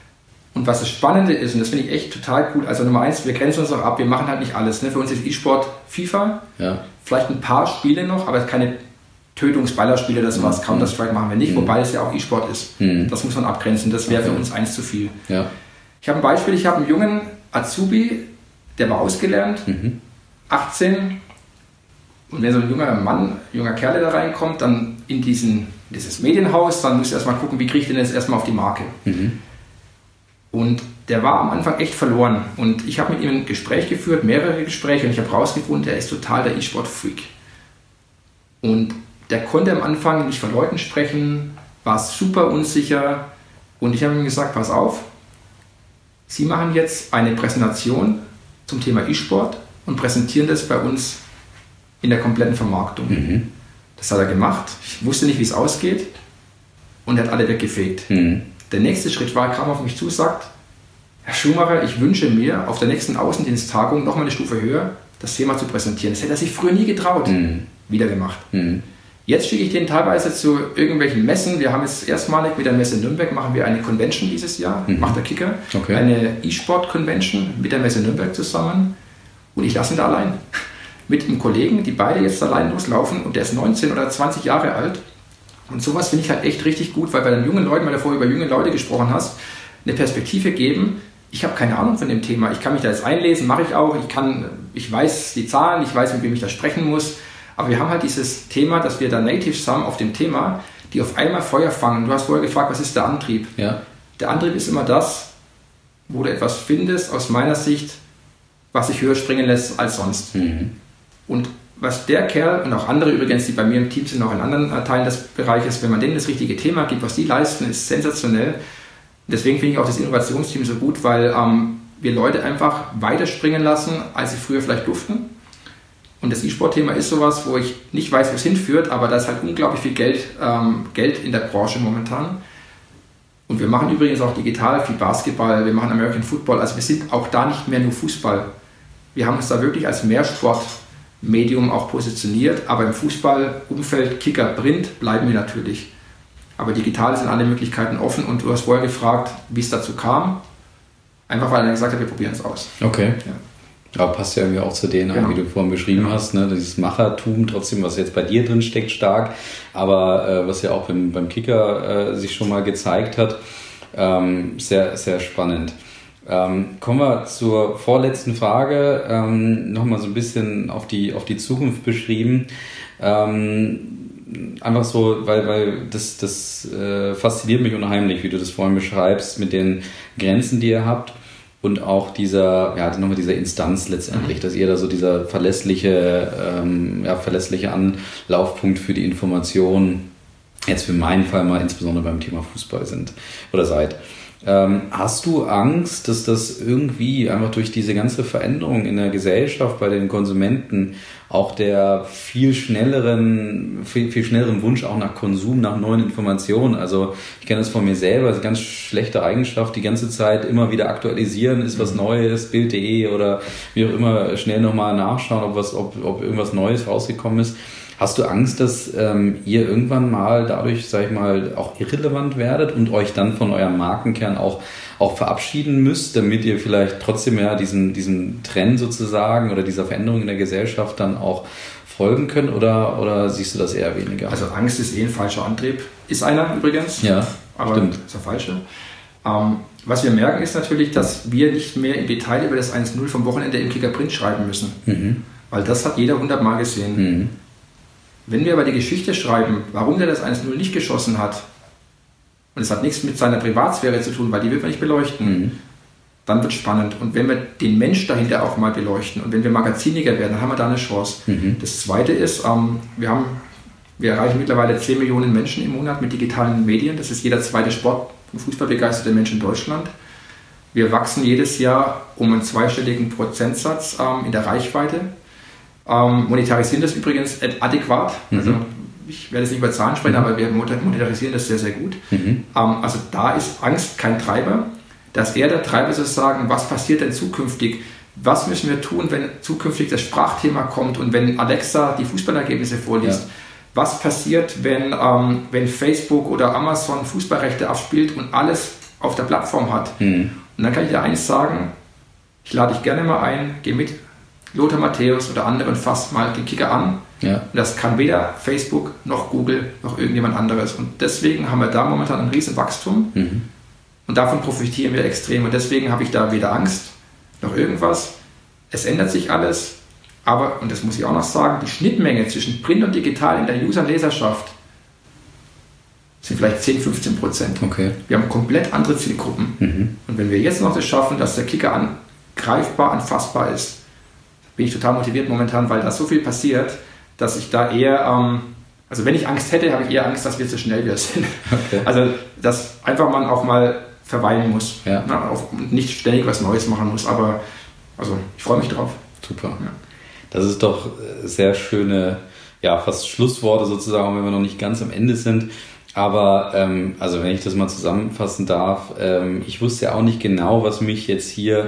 Und was das Spannende ist, und das finde ich echt total cool, also Nummer eins, wir grenzen uns auch ab, wir machen halt nicht alles. Ne? Für uns ist E-Sport FIFA, ja. vielleicht ein paar Spiele noch, aber keine Tötungsballerspiele, das was. Mhm. Counter-Strike machen wir nicht, mhm. wobei es ja auch E-Sport ist. Mhm. Das muss man abgrenzen, das wäre okay. für uns eins zu viel. Ja. Ich habe ein Beispiel, ich habe einen jungen Azubi, der war ausgelernt, mhm. achtzehn. Und wenn so ein junger Mann, junger Kerl da reinkommt, dann in diesen, dieses Medienhaus, dann muss er erstmal gucken, wie kriege ich den jetzt erstmal auf die Marke. Mhm. Und der war am Anfang echt verloren. Und ich habe mit ihm ein Gespräch geführt, mehrere Gespräche, und ich habe rausgefunden, der ist total der E-Sport-Freak. Und der konnte am Anfang nicht von Leuten sprechen, war super unsicher. Und ich habe ihm gesagt, pass auf, Sie machen jetzt eine Präsentation zum Thema E-Sport und präsentieren das bei uns in der kompletten Vermarktung. Mhm. Das hat er gemacht. Ich wusste nicht, wie es ausgeht, und er hat alle weggefegt. Mhm. Der nächste Schritt war, er kam auf mich zu und sagt, Herr Schumacher, ich wünsche mir, auf der nächsten Außendiensttagung noch mal eine Stufe höher das Thema zu präsentieren. Das hätte er sich früher nie getraut. Mhm. Wieder gemacht. Mhm. Jetzt schicke ich den teilweise zu irgendwelchen Messen. Wir haben jetzt erstmalig mit der Messe Nürnberg, machen wir eine Convention dieses Jahr, mhm. macht der Kicker, okay. eine E-Sport-Convention mit der Messe Nürnberg zusammen, und ich lasse ihn da allein. Mit einem Kollegen, die beide jetzt allein loslaufen, und der ist neunzehn oder zwanzig Jahre alt. Und sowas finde ich halt echt richtig gut, weil bei den jungen Leuten, weil du vorher über junge Leute gesprochen hast, eine Perspektive geben, ich habe keine Ahnung von dem Thema. Ich kann mich da jetzt einlesen, mache ich auch. Ich kann, ich weiß die Zahlen, ich weiß, mit wem ich da sprechen muss. Aber wir haben halt dieses Thema, dass wir da Natives haben auf dem Thema, die auf einmal Feuer fangen. Du hast vorher gefragt, was ist der Antrieb? Ja. Der Antrieb ist immer das, wo du etwas findest, aus meiner Sicht, was sich höher springen lässt als sonst. Mhm. Und was der Kerl und auch andere übrigens, die bei mir im Team sind, auch in anderen Teilen des Bereiches, wenn man denen das richtige Thema gibt, was die leisten, ist sensationell. Deswegen finde ich auch das Innovationsteam so gut, weil ähm, wir Leute einfach weiterspringen lassen, als sie früher vielleicht durften. Und das E-Sport-Thema ist sowas, wo ich nicht weiß, wo es hinführt, aber da ist halt unglaublich viel Geld, ähm, Geld in der Branche momentan. Und wir machen übrigens auch digital viel Basketball, wir machen American Football, also wir sind auch da nicht mehr nur Fußball. Wir haben uns da wirklich als Mehrsportmedium auch positioniert, aber im Fußballumfeld, Kicker, Print, bleiben wir natürlich. Aber digital sind alle Möglichkeiten offen und du hast vorher gefragt, wie es dazu kam. Einfach weil er gesagt hat, wir probieren es aus. Okay. Ja. Aber passt ja irgendwie auch zu denen, genau. wie du vorhin beschrieben genau. hast, ne? Dieses Machertum trotzdem, was jetzt bei dir drin steckt, stark, aber äh, was ja auch beim, beim Kicker äh, sich schon mal gezeigt hat. Ähm, sehr, sehr spannend. Ähm, kommen wir zur vorletzten Frage, ähm, nochmal so ein bisschen auf die, auf die Zukunft beschrieben. Ähm, Einfach so, weil, weil das, das äh, fasziniert mich unheimlich, wie du das vorhin beschreibst, mit den Grenzen, die ihr habt und auch dieser, ja, nochmal dieser Instanz letztendlich, dass ihr da so dieser verlässliche, ähm, ja, verlässliche Anlaufpunkt für die Information, jetzt für meinen Fall mal insbesondere beim Thema Fußball sind oder seid. Ähm, hast du Angst, dass das irgendwie einfach durch diese ganze Veränderung in der Gesellschaft bei den Konsumenten auch der viel schnelleren, viel, viel schnelleren Wunsch auch nach Konsum, nach neuen Informationen, also ich kenne das von mir selber, das ist eine ganz schlechte Eigenschaft, die ganze Zeit immer wieder aktualisieren, ist was Neues, Bild punkt de oder wie auch immer, schnell nochmal nachschauen, ob, was, ob, ob irgendwas Neues rausgekommen ist. Hast du Angst, dass ähm, ihr irgendwann mal dadurch, sag ich mal, auch irrelevant werdet und euch dann von eurem Markenkern auch, auch verabschieden müsst, damit ihr vielleicht trotzdem ja diesen, diesen Trend sozusagen oder dieser Veränderung in der Gesellschaft dann auch folgen könnt oder, oder siehst du das eher weniger? Also Angst ist eh ein falscher Antrieb. Ist einer übrigens, ja, aber stimmt. Ist der falsche. Ähm, was wir merken ist natürlich, dass wir nicht mehr im Detail über das eins null vom Wochenende im Kicker Print schreiben müssen. Mhm. Weil das hat jeder hundertmal gesehen. Mhm. Wenn wir aber die Geschichte schreiben, warum der das eins null nicht geschossen hat, und es hat nichts mit seiner Privatsphäre zu tun, weil die wird man nicht beleuchten, mhm. dann wird es spannend. Und wenn wir den Mensch dahinter auch mal beleuchten und wenn wir magaziniger werden, dann haben wir da eine Chance. Mhm. Das Zweite ist, ähm, wir, haben, wir erreichen mittlerweile zehn Millionen Menschen im Monat mit digitalen Medien. Das ist jeder zweite Sport- und Fußballbegeisterte Mensch in Deutschland. Wir wachsen jedes Jahr um einen zweistelligen Prozentsatz ähm, in der Reichweite. Ähm, monetarisieren das übrigens adäquat. Mhm. Also ich werde jetzt nicht über Zahlen sprechen, mhm. aber wir monetarisieren das sehr, sehr gut. Mhm. Ähm, also da ist Angst kein Treiber. Dass eher der Treiber sozusagen, was passiert denn zukünftig? Was müssen wir tun, wenn zukünftig das Sprachthema kommt und wenn Alexa die Fußballergebnisse vorliest? Ja. Was passiert, wenn, ähm, wenn Facebook oder Amazon Fußballrechte abspielt und alles auf der Plattform hat? Mhm. Und dann kann ich dir eins sagen, ich lade dich gerne mal ein, geh mit Lothar Matthäus oder anderen fasst mal den Kicker an. Ja. Und das kann weder Facebook noch Google noch irgendjemand anderes. Und deswegen haben wir da momentan ein riesen Wachstum. Mhm. Und davon profitieren wir extrem. Und deswegen habe ich da weder Angst noch irgendwas. Es ändert sich alles. Aber, und das muss ich auch noch sagen, die Schnittmenge zwischen Print und Digital in der User- und Leserschaft sind vielleicht zehn, fünfzehn Prozent. Okay. Wir haben komplett andere Zielgruppen. Mhm. Und wenn wir jetzt noch das schaffen, dass der Kicker an, greifbar, anfassbar ist, bin ich total motiviert momentan, weil da so viel passiert, dass ich da eher, ähm, also wenn ich Angst hätte, habe ich eher Angst, dass wir zu schnell wieder sind. Okay. Also, dass einfach man auch mal verweilen muss, ja. ne, auf, und nicht ständig was Neues machen muss, aber also ich freue mich drauf. Super. Ja. Das ist doch sehr schöne, ja, fast Schlussworte sozusagen, auch wenn wir noch nicht ganz am Ende sind. Aber, ähm, also wenn ich das mal zusammenfassen darf, ähm, ich wusste ja auch nicht genau, was mich jetzt hier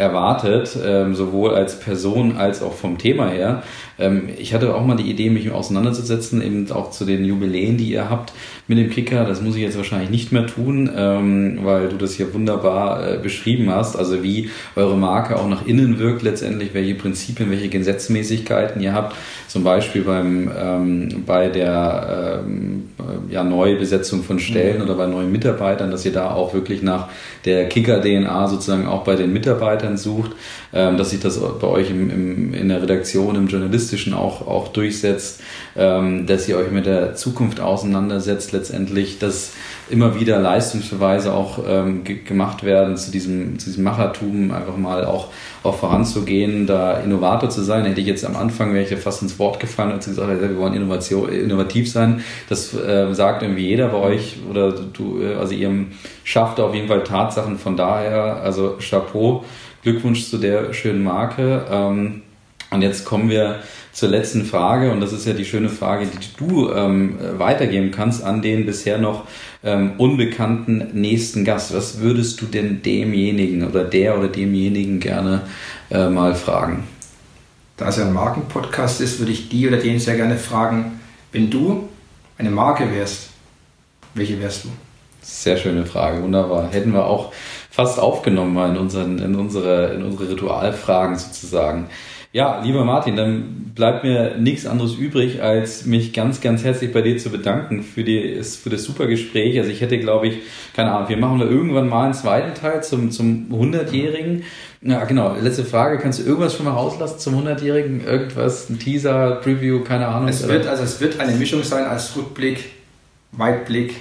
erwartet, ähm, sowohl als Person als auch vom Thema her. Ähm, ich hatte auch mal die Idee, mich auseinanderzusetzen, eben auch zu den Jubiläen, die ihr habt mit dem Kicker. Das muss ich jetzt wahrscheinlich nicht mehr tun, ähm, weil du das hier wunderbar äh, beschrieben hast, also wie eure Marke auch nach innen wirkt letztendlich, welche Prinzipien, welche Gesetzmäßigkeiten ihr habt, zum Beispiel beim ähm, bei der ähm, ja, Neubesetzung von Stellen mhm. oder bei neuen Mitarbeitern, dass ihr da auch wirklich nach der Kicker-D N A sozusagen auch bei den Mitarbeitern sucht, ähm, dass sich das bei euch im, im, in der Redaktion, im Journalistischen auch, auch durchsetzt, ähm, dass ihr euch mit der Zukunft auseinandersetzt letztendlich, dass immer wieder Leistungsbeweise auch ähm, ge- gemacht werden zu diesem, zu diesem Machertum, einfach mal auch, auch voranzugehen, da Innovator zu sein. Hätte ich jetzt am Anfang, wäre ich ja fast ins Wort gefallen, als ich gesagt habe, wir wollen Innovation, innovativ sein. Das äh, sagt irgendwie jeder bei euch oder du, also ihr schafft auf jeden Fall Tatsachen. Von daher, also Chapeau, Glückwunsch zu der schönen Marke. Ähm, und jetzt kommen wir zur letzten Frage, und das ist ja die schöne Frage, die du ähm, weitergeben kannst an den bisher noch ähm, unbekannten nächsten Gast. Was würdest du denn demjenigen oder der oder demjenigen gerne äh, mal fragen? Da es ja ein Markenpodcast ist, würde ich die oder den sehr gerne fragen, wenn du eine Marke wärst, welche wärst du? Sehr schöne Frage, wunderbar. Hätten wir auch fast aufgenommen mal in, unseren, in, unsere, in unsere Ritualfragen sozusagen. Ja, lieber Martin, dann bleibt mir nichts anderes übrig, als mich ganz, ganz herzlich bei dir zu bedanken für, die, für das super Gespräch. Also ich hätte, glaube ich, keine Ahnung, wir machen da irgendwann mal einen zweiten Teil zum, zum hundertjährigen. Ja, genau, letzte Frage, kannst du irgendwas schon mal rauslassen zum hundertjährigen? Irgendwas, ein Teaser, Preview, keine Ahnung? Es wird, also es wird eine Mischung sein als Rückblick, Weitblick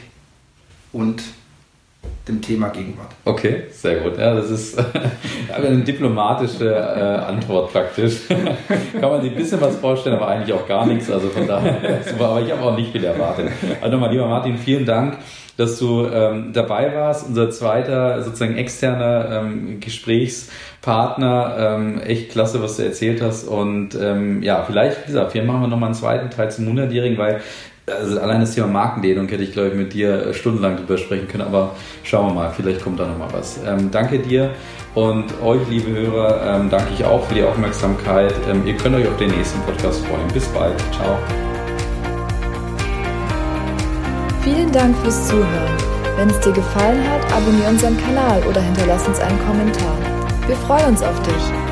und dem Thema Gegenwart. Okay, sehr gut. Ja, das ist eine diplomatische äh, Antwort praktisch. Kann man sich ein bisschen was vorstellen, aber eigentlich auch gar nichts. Also von daher, super. Aber ich habe auch nicht viel erwartet. Also nochmal, lieber Martin, vielen Dank, dass du ähm, dabei warst. Unser zweiter sozusagen externer ähm, Gesprächspartner. Ähm, echt klasse, was du erzählt hast. Und ähm, ja, vielleicht, wie gesagt, hier machen wir nochmal einen zweiten Teil zum hundertjährigen, weil also allein das Thema Markendehnung hätte ich, glaube ich, mit dir stundenlang drüber sprechen können, aber schauen wir mal, vielleicht kommt da noch mal was. Ähm, danke dir und euch, liebe Hörer, ähm, danke ich auch für die Aufmerksamkeit. Ähm, ihr könnt euch auf den nächsten Podcast freuen. Bis bald. Ciao. Vielen Dank fürs Zuhören. Wenn es dir gefallen hat, abonniere unseren Kanal oder hinterlass uns einen Kommentar. Wir freuen uns auf dich.